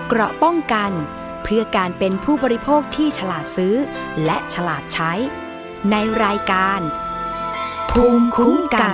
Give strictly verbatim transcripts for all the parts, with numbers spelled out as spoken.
เกราะป้องกันเพื่อการเป็นผู้บริโภคที่ฉลาดซื้อและฉลาดใช้ในรายการภูมิคุ้มกัน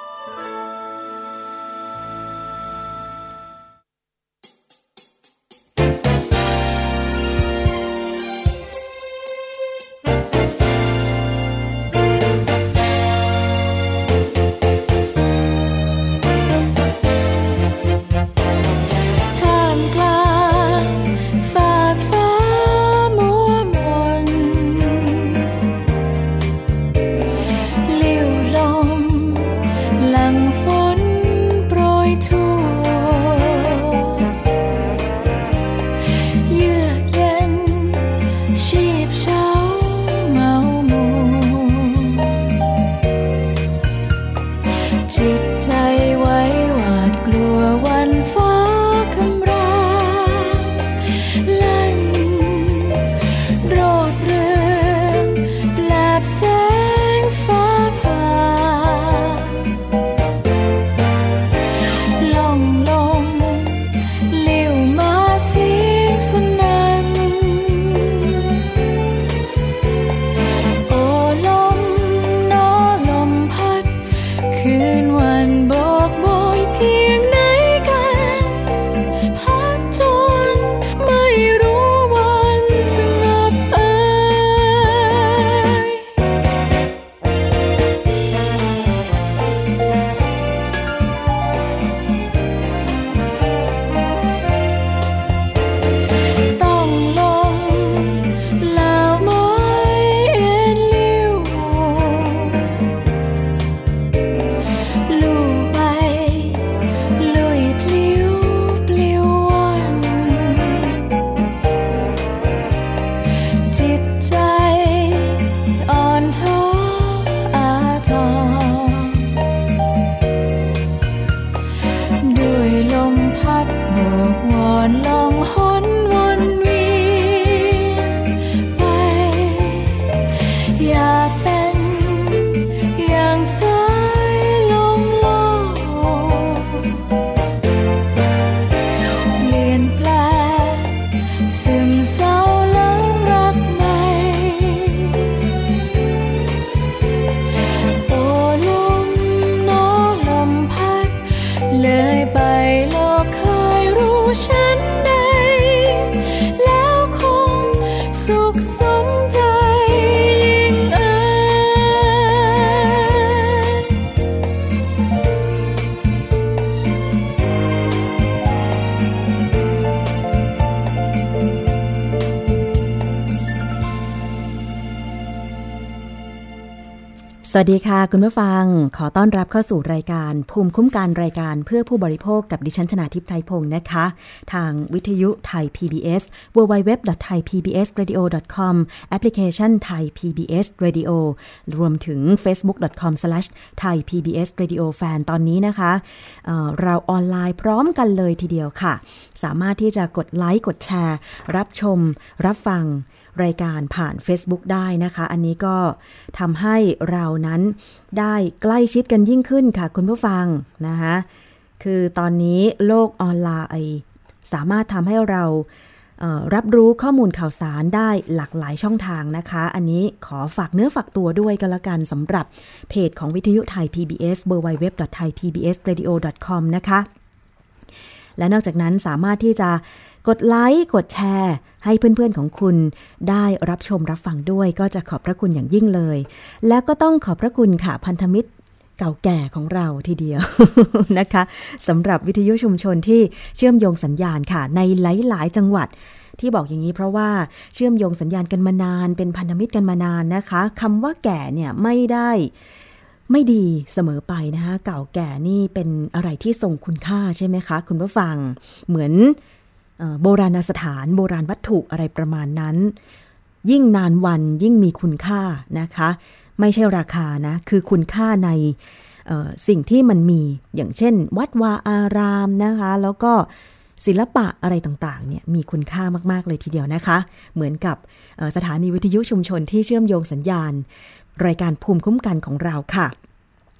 สวัสดีค่ะคุณผู้ฟังขอต้อนรับเข้าสู่รายการภูมิคุ้มกันรายการเพื่อผู้บริโภคกับดิฉันชนาธิปไพพงศ์นะคะทางวิทยุไทย พี บี เอส ดับเบิลยู ดับเบิลยู ดับเบิลยู ดอท ไทย พี บี เอส เรดิโอ ดอท คอม แอปพลิเคชัน Thai พี บี เอส Radio รวมถึง เฟซบุ๊ก ดอท คอม สแลช ไทย พี บี เอส เรดิโอ แฟน ตอนนี้นะคะเอ่อเราออนไลน์พร้อมกันเลยทีเดียวค่ะสามารถที่จะกดไลค์กดแชร์รับชมรับฟังรายการผ่าน Facebook ได้นะคะอันนี้ก็ทำให้เรานั้นได้ใกล้ชิดกันยิ่งขึ้นค่ะคุณผู้ฟังนะคะคือตอนนี้โลกออนไลน์สามารถทำให้เราเอ่อรับรู้ข้อมูลข่าวสารได้หลากหลายช่องทางนะคะอันนี้ขอฝากเนื้อฝากตัวด้วยกันละกันสำหรับเพจของวิทยุไทย พี บี เอส ดับเบิลยู ดับเบิลยู ดับเบิลยู ดอท ไทย พี บี เอส เรดิโอ ดอท คอม นะคะและนอกจากนั้นสามารถที่จะกดไลค์กดแชร์ให้เพื่อนๆของคุณได้รับชมรับฟังด้วยก็จะขอบพระคุณอย่างยิ่งเลยแล้วก็ต้องขอบพระคุณค่ะพันธมิตรเก่าแก่ของเราทีเดียว นะคะสำหรับวิทยุชุมชนที่เชื่อมโยงสัญญาณค่ะในหลายๆจังหวัดที่บอกอย่างนี้เพราะว่าเชื่อมโยงสัญญาณกันมานานเป็นพันธมิตรกันมานานนะคะคำว่าแก่เนี่ยไม่ได้ไม่ดีเสมอไปนะคะเก่าแก่นี่เป็นอะไรที่ทรงคุณค่าใช่ไหมคะคุณผู้ฟังเหมือนโบราณสถานโบราณวัตถุอะไรประมาณนั้นยิ่งนานวันยิ่งมีคุณค่านะคะไม่ใช่ราคานะคือคุณค่าในสิ่งที่มันมีอย่างเช่นวัดวาอารามนะคะแล้วก็ศิลปะอะไรต่างๆเนี่ยมีคุณค่ามากๆเลยทีเดียวนะคะเหมือนกับสถานีวิทยุชุมชนที่เชื่อมโยงสัญญาณรายการภูมิคุ้มกันของเราค่ะ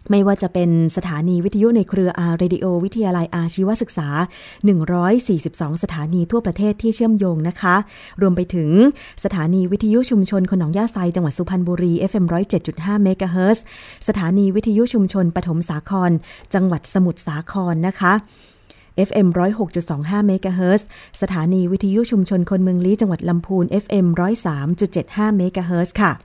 ไม่ว่าจะเป็นสถานีวิทยุในเครืออาร์เรดิโอวิทยาลัยอาชีวศึกษาหนึ่งร้อยสี่สิบสองสถานีทั่วประเทศที่เชื่อมโยงนะคะรวมไปถึงสถานีวิทยุชุมชนคนหนองย่าไซจังหวัดสุพรรณบุรี เอฟ เอ็ม หนึ่งร้อยเจ็ดจุดห้า เมกะเฮิรตซ์สถานีวิทยุชุมชนปฐมสาครจังหวัดสมุทรสาครนะคะ เอฟ เอ็ม หนึ่งร้อยหกจุดสองห้า เมกะเฮิรตซ์สถานีวิทยุชุมชนคนเมืองลี้จังหวัดลำพูน เอฟ เอ็ม หนึ่งร้อยสามจุดเจ็ดห้า เมกะเฮิรตซ์ค่ะ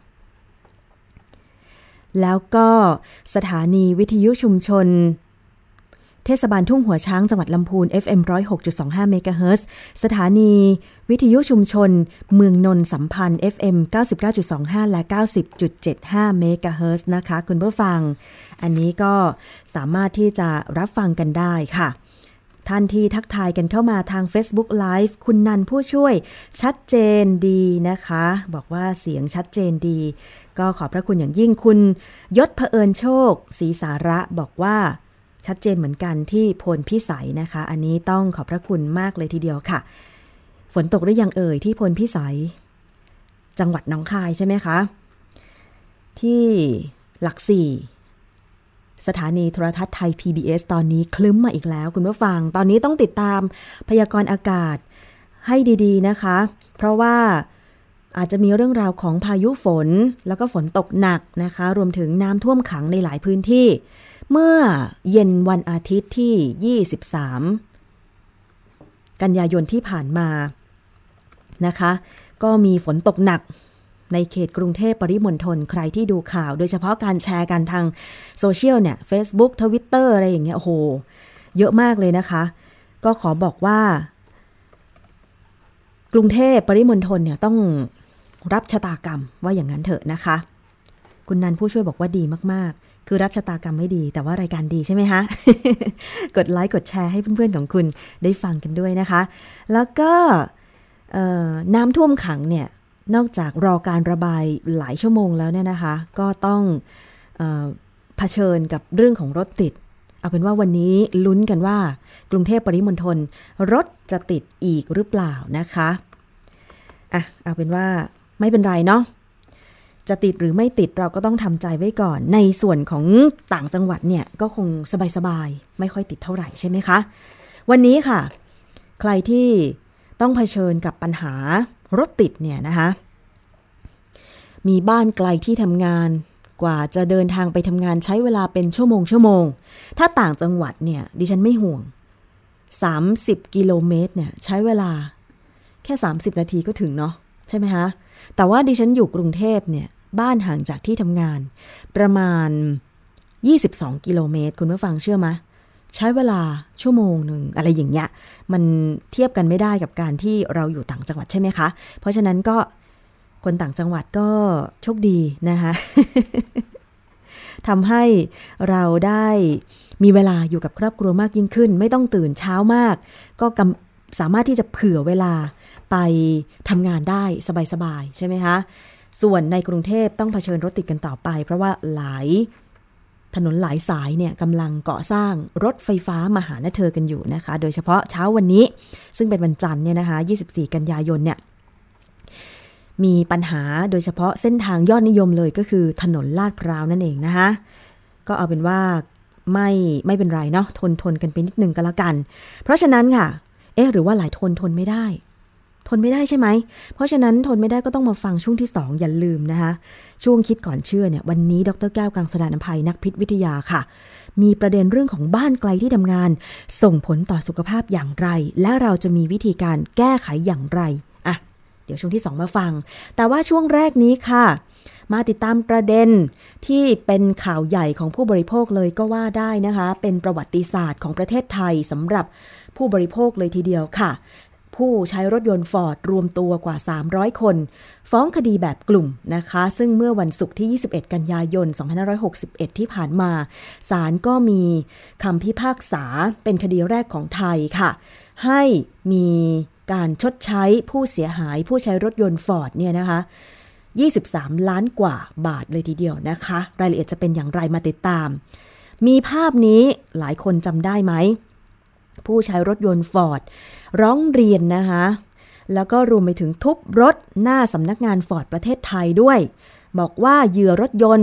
แล้วก็สถานีวิทยุชุมชนเทศบาลทุ่งหัวช้างจังหวัดลำพูน เอฟ เอ็ม หนึ่งร้อยหกจุดสองห้า เมกะเฮิรตซ์สถานีวิทยุชุมชนเมืองนนสัมพันธ์ เอฟ เอ็ม เก้าสิบเก้าจุดสองห้า และ เก้าสิบจุดเจ็ดห้า เมกะเฮิรตซ์นะคะคุณผู้ฟังอันนี้ก็สามารถที่จะรับฟังกันได้ค่ะท่านที่ทักทายกันเข้ามาทาง Facebook Live คุณนันผู้ช่วยชัดเจนดีนะคะบอกว่าเสียงชัดเจนดีก็ขอบพระคุณอย่างยิ่งคุณยศเผอิญโชคศรีสาระบอกว่าชัดเจนเหมือนกันที่โพนพิสัยนะคะอันนี้ต้องขอบพระคุณมากเลยทีเดียวค่ะฝนตกหรือยังเอ่ยที่โพนพิสัยจังหวัดหนองคายใช่ไหมคะที่หลักสี่สถานีโทรทัศน์ไทย พี บี เอส ตอนนี้คลึ้มมาอีกแล้วคุณผู้ฟังตอนนี้ต้องติดตามพยากรณ์อากาศให้ดีๆนะคะเพราะว่าอาจจะมีเรื่องราวของพายุฝนแล้วก็ฝนตกหนักนะคะรวมถึงน้ำท่วมขังในหลายพื้นที่เมื่อเย็นวันอาทิตย์ที่ยี่สิบสามกันยายนที่ผ่านมานะคะก็มีฝนตกหนักในเขตกรุงเทพปริมณฑลใครที่ดูข่าวโดยเฉพาะการแชร์กันทางโซเชียลเนี่ย Facebook Twitter อะไรอย่างเงี้ยโอ้โหเยอะมากเลยนะคะก็ขอบอกว่ากรุงเทพปริมณฑลเนี่ยต้องรับชะตากรรมว่าอย่างนั้นเถอะนะคะคุณนันผู้ช่วยบอกว่าดีมากๆคือรับชะตากรรมไม่ดีแต่ว่ารายการดีใช่ไหมคะ กดไลค์กดแชร์ให้เพื่อนๆของคุณได้ฟังกันด้วยนะคะแล้วก็น้ำท่วมขังเนี่ยนอกจากรอการระบายหลายชั่วโมงแล้วเนี่ยนะคะก็ต้องเอ่อเผชิญกับเรื่องของรถติดเอาเป็นว่าวันนี้ลุ้นกันว่ากรุงเทพปริมณฑลรถจะติดอีกหรือเปล่านะคะอ่ะเอาเป็นว่าไม่เป็นไรเนาะจะติดหรือไม่ติดเราก็ต้องทำใจไว้ก่อนในส่วนของต่างจังหวัดเนี่ยก็คงสบายๆไม่ค่อยติดเท่าไหร่ใช่ไหมคะวันนี้ค่ะใครที่ต้องเผชิญกับปัญหารถติดเนี่ยนะคะมีบ้านไกลที่ทำงานกว่าจะเดินทางไปทำงานใช้เวลาเป็นชั่วโมงชั่วโมงถ้าต่างจังหวัดเนี่ยดิฉันไม่ห่วงสามสิบกิโลเมตรเนี่ยใช้เวลาแค่สามสิบนาทีก็ถึงเนาะใช่ไหมคะแต่ว่าดิฉันอยู่กรุงเทพเนี่ยบ้านห่างจากที่ทำงานประมาณยี่สิบสองกิโลเมตรคุณผู้ฟังเชื่อไหมใช้เวลาชั่วโมงหนึ่งอะไรอย่างเงี้ยมันเทียบกันไม่ได้กับการที่เราอยู่ต่างจังหวัดใช่ไหมคะเพราะฉะนั้นก็คนต่างจังหวัดก็โชคดีนะคะ ทำให้เราได้มีเวลาอยู่กับครอบครัวมากยิ่งขึ้นไม่ต้องตื่นเช้ามากก็สามารถที่จะเผื่อเวลาไปทำงานได้สบายๆใช่ไหมคะส่วนในกรุงเทพต้องเผชิญรถติดกันต่อไปเพราะว่าหลายถนนหลายสายเนี่ยกำลังก่อสร้างรถไฟฟ้ามาหาเธอกันอยู่นะคะโดยเฉพาะเช้าวันนี้ซึ่งเป็นวันจันทร์เนี่ยนะคะยี่สิบสี่กันยายนเนี่ยมีปัญหาโดยเฉพาะเส้นทางยอดนิยมเลยก็คือถนนลาดพร้าวนั่นเองนะคะก็เอาเป็นว่าไม่ไม่เป็นไรเนาะทนทนกันไปนิดนึงก็แล้วกันเพราะฉะนั้นค่ะเอ๊ะหรือว่าหลายทนทนไม่ได้ทนไม่ได้ใช่ไหมเพราะฉะนั้นทนไม่ได้ก็ต้องมาฟังช่วงที่สองอย่าลืมนะคะช่วงคิดก่อนเชื่อเนี่ยวันนี้ดร.แก้วกังสดาลอำไพนักพิษวิทยาค่ะมีประเด็นเรื่องของบ้านไกลที่ทำงานส่งผลต่อสุขภาพอย่างไรและเราจะมีวิธีการแก้ไขอย่างไรอ่ะเดี๋ยวช่วงที่สองมาฟังแต่ว่าช่วงแรกนี้ค่ะมาติดตามประเด็นที่เป็นข่าวใหญ่ของผู้บริโภคเลยก็ว่าได้นะคะเป็นประวัติศาสตร์ของประเทศไทยสำหรับผู้บริโภคเลยทีเดียวค่ะผู้ใช้รถยนต์ฟอร์ดรวมตัวกว่าสามร้อยคนฟ้องคดีแบบกลุ่มนะคะซึ่งเมื่อวันศุกร์ที่ยี่สิบเอ็ดกันยายนสองพันห้าร้อยหกสิบเอ็ดที่ผ่านมาศาลก็มีคำพิพากษาเป็นคดีแรกของไทยค่ะให้มีการชดใช้ผู้เสียหายผู้ใช้รถยนต์ฟอร์ดเนี่ยนะคะยี่สิบสามล้านกว่าบาทเลยทีเดียวนะคะรายละเอียดจะเป็นอย่างไรมาติดตามมีภาพนี้หลายคนจำได้ไหมผู้ใช้รถยนต์ฟอร์ดร้องเรียนนะคะแล้วก็รวมไปถึงทุบรถหน้าสำนักงานฟอร์ดประเทศไทยด้วยบอกว่าเหยื่อรถยนต์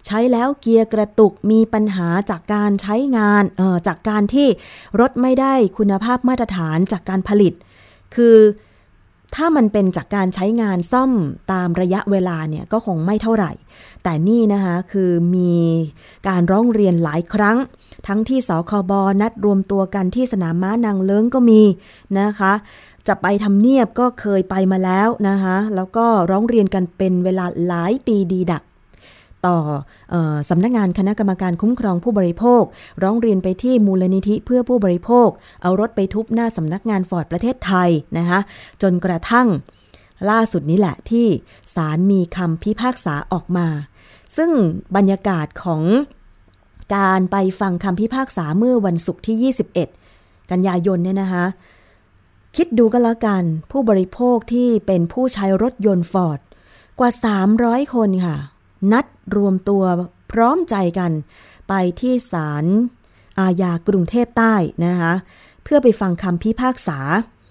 ใช้แล้วเกียร์กระตุกมีปัญหาจากการใช้งานเอ่อจากการที่รถไม่ได้คุณภาพมาตรฐานจากการผลิตคือถ้ามันเป็นจากการใช้งานซ่อมตามระยะเวลาเนี่ยก็คงไม่เท่าไหร่แต่นี่นะคะคือมีการร้องเรียนหลายครั้งทั้งที่สคบนัดรวมตัวกันที่สนามม้านางเลิ้งก็มีนะคะจะไปทำเนียบก็เคยไปมาแล้วนะคะแล้วก็ร้องเรียนกันเป็นเวลาหลายปีดีดักต่อเอ่อสำนักงานคณะกรรมการคุ้มครองผู้บริโภคร้องเรียนไปที่มูลนิธิเพื่อผู้บริโภคเอารถไปทุบหน้าสำนักงานฟอร์ดประเทศไทยนะคะจนกระทั่งล่าสุดนี้แหละที่ศาลมีคำพิพากษาออกมาซึ่งบรรยากาศของการไปฟังคำพิพากษาเมื่อวันศุกร์ที่ยี่สิบเอ็ดกันยายนเนี่ยนะคะคิดดูกันละกันผู้บริโภคที่เป็นผู้ใช้รถยนต์ฟอร์ดกว่าสามร้อยคนค่ะนัดรวมตัวพร้อมใจกันไปที่ศาลอาญากรุงเทพใต้นะคะเพื่อไปฟังคำพิพากษา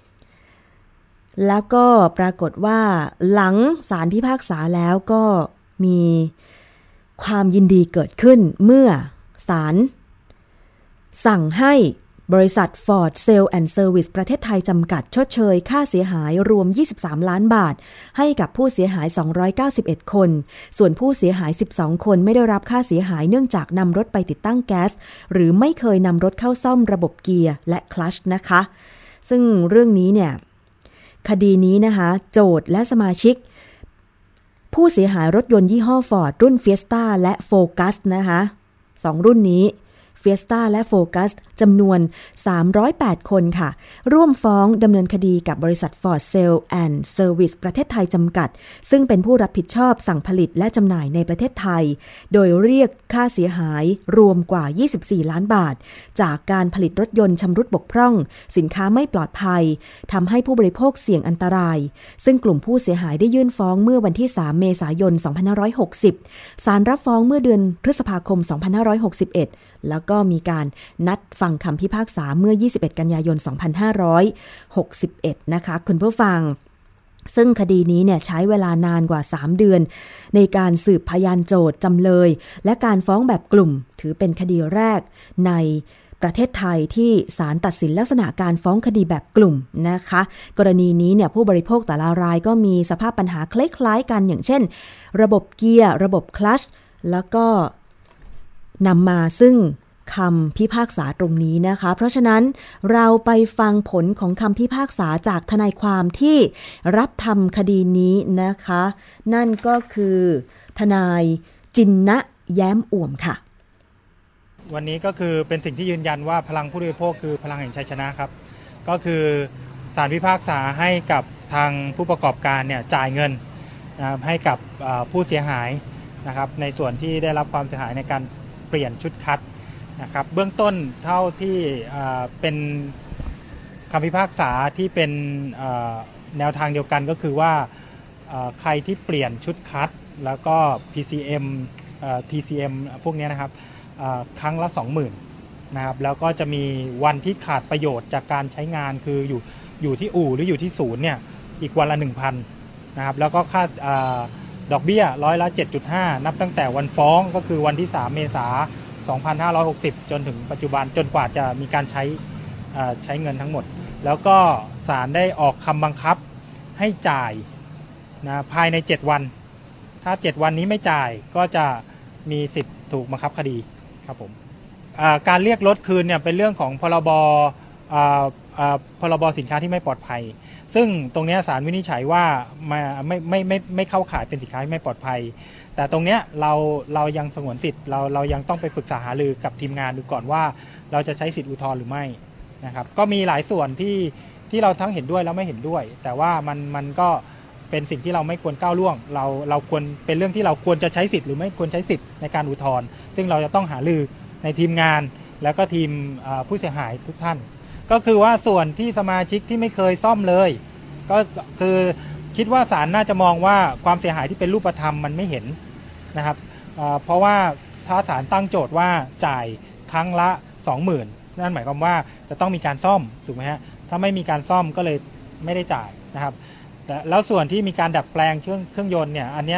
แล้วก็ปรากฏว่าหลังศาลพิพากษาแล้วก็มีความยินดีเกิดขึ้นเมื่อศาลสั่งให้บริษัท Ford Sale and Service ประเทศไทยจำกัดชดเชยค่าเสียหายรวมยี่สิบสามล้านบาทให้กับผู้เสียหายสองร้อยเก้าสิบเอ็ดคนส่วนผู้เสียหายสิบสองคนไม่ได้รับค่าเสียหายเนื่องจากนำรถไปติดตั้งแก๊สหรือไม่เคยนำรถเข้าซ่อมระบบเกียร์และคลัตช์นะคะซึ่งเรื่องนี้เนี่ยคดีนี้นะคะโจทก์และสมาชิกผู้เสียหายรถยนต์ยี่ห้อ Ford รุ่น Fiesta และ Focus นะคะสองรุ่นนี้Fiesta และ Focus จำนวนสามร้อยแปดคนค่ะร่วมฟ้องดำเนินคดีกับบริษัท Ford Sale and Service ประเทศไทยจำกัดซึ่งเป็นผู้รับผิดชอบสั่งผลิตและจำหน่ายในประเทศไทยโดยเรียกค่าเสียหายรวมกว่ายี่สิบสี่ล้านบาทจากการผลิตรถยนต์ชำรุดบกพร่องสินค้าไม่ปลอดภัยทำให้ผู้บริโภคเสี่ยงอันตรายซึ่งกลุ่มผู้เสียหายได้ยื่นฟ้องเมื่อวันที่สามเมษายนสองพันห้าร้อยหกสิบศาลรับฟ้องเมื่อเดือนพฤษภาคมสองพันห้าร้อยหกสิบเอ็ดแล้วก็มีการนัดฟังคำพิพากษาเมื่อยี่สิบเอ็ดกันยายนสองพันห้าร้อยหกสิบเอ็ดนะคะคุณผู้ฟังซึ่งคดีนี้เนี่ยใช้เวลานานกว่าสามเดือนในการสืบพยานโจทย์จำเลยและการฟ้องแบบกลุ่มถือเป็นคดีแรกในประเทศไทยที่ศาลตัดสินลักษณะการฟ้องคดีแบบกลุ่มนะคะกรณีนี้เนี่ยผู้บริโภคแต่ละรายก็มีสภาพปัญหาคล้ายๆกันอย่างเช่นระบบเกียร์ระบบคลัตช์แล้วก็นำมาซึ่งคำพิพากษาตรงนี้นะคะเพราะฉะนั้นเราไปฟังผลของคำพิพากษาจากทนายความที่รับทำคดีนี้นะคะนั่นก็คือทนายจินนะแย้มอ่วมค่ะวันนี้ก็คือเป็นสิ่งที่ยืนยันว่าพลังผู้บริโภคคือพลังแห่งชัยชนะครับก็คือศาลพิพากษาให้กับทางผู้ประกอบการเนี่ยจ่ายเงินนะครับให้กับผู้เสียหายนะครับในส่วนที่ได้รับความเสียหายในการเปลี่ยนชุดคัดนะครับเบื้องต้นเท่าที่เป็นคำพิพากษาที่เป็นแนวทางเดียวกันก็คือว่าใครที่เปลี่ยนชุดคัดแล้วก็ พี ซี เอ็ม ที ซี เอ็ม พวกนี้นะครับครั้งละ สองหมื่น นะครับแล้วก็จะมีวันที่ขาดประโยชน์จากการใช้งานคืออยู่อยู่ที่อู่หรืออยู่ที่ศูนย์เนี่ยอีกวันละ หนึ่งพัน นะครับแล้วก็ค่าดอกเบี้ยร้อยละ เจ็ดจุดห้า นับตั้งแต่วันฟ้องก็คือวันที่สามเมษายนสองพันห้าร้อยหกสิบจนถึงปัจจุบันจนกว่าจะมีการใช้ใช้เงินทั้งหมดแล้วก็ศาลได้ออกคำบังคับให้จ่ายนะภายในเจ็ดวันถ้าเจ็ดวันนี้ไม่จ่ายก็จะมีสิทธิ์ถูกบังคับคดีครับผมการเรียกรถคืนเนี่ยเป็นเรื่องของพรบพรบสินค้าที่ไม่ปลอดภัยซึ่งตรงนี้ศาลวินิจฉัยว่าไม่ไม่ไม่ไม่ไม่เข้าข่ายเป็นสินค้าที่ไม่ปลอดภัยแต่ตรงเนี้ยเราเรายังสงวนสิทธิ์เราเรายังต้องไปปรึกษาหารือกับทีมงานดูก่อนว่าเราจะใช้สิทธิอุทธรณ์หรือไม่นะครับก็มีหลายส่วนที่ที่เราทั้งเห็นด้วยแล้วไม่เห็นด้วยแต่ว่ามันมันก็เป็นสิ่งที่เราไม่ควรก้าวล่วงเราเราควรเป็นเรื่องที่เราควรจะใช้สิทธิ์หรือไม่ควรใช้สิทธิ์ในการอุทธรณ์ซึ่งเราจะต้องหารือในทีมงานแล้วก็ทีมผู้เสียหายทุกท่านก็คือว่าส่วนที่สมาชิกที่ไม่เคยซ่อมเลยก็คือคิดว่าศาลน่าจะมองว่าความเสียหายที่เป็นรูปธรรมมันไม่เห็นนะครับเพราะว่าถ้าศาลตั้งโจทย์ว่าจ่ายครั้งละ สองหมื่น นั่นหมายความว่าจะต้องมีการซ่อมถูกไหมฮะถ้าไม่มีการซ่อมก็เลยไม่ได้จ่ายนะครับแต่แล้วส่วนที่มีการดัดแปลงเครื่องเครื่องยนต์เนี่ยอันนี้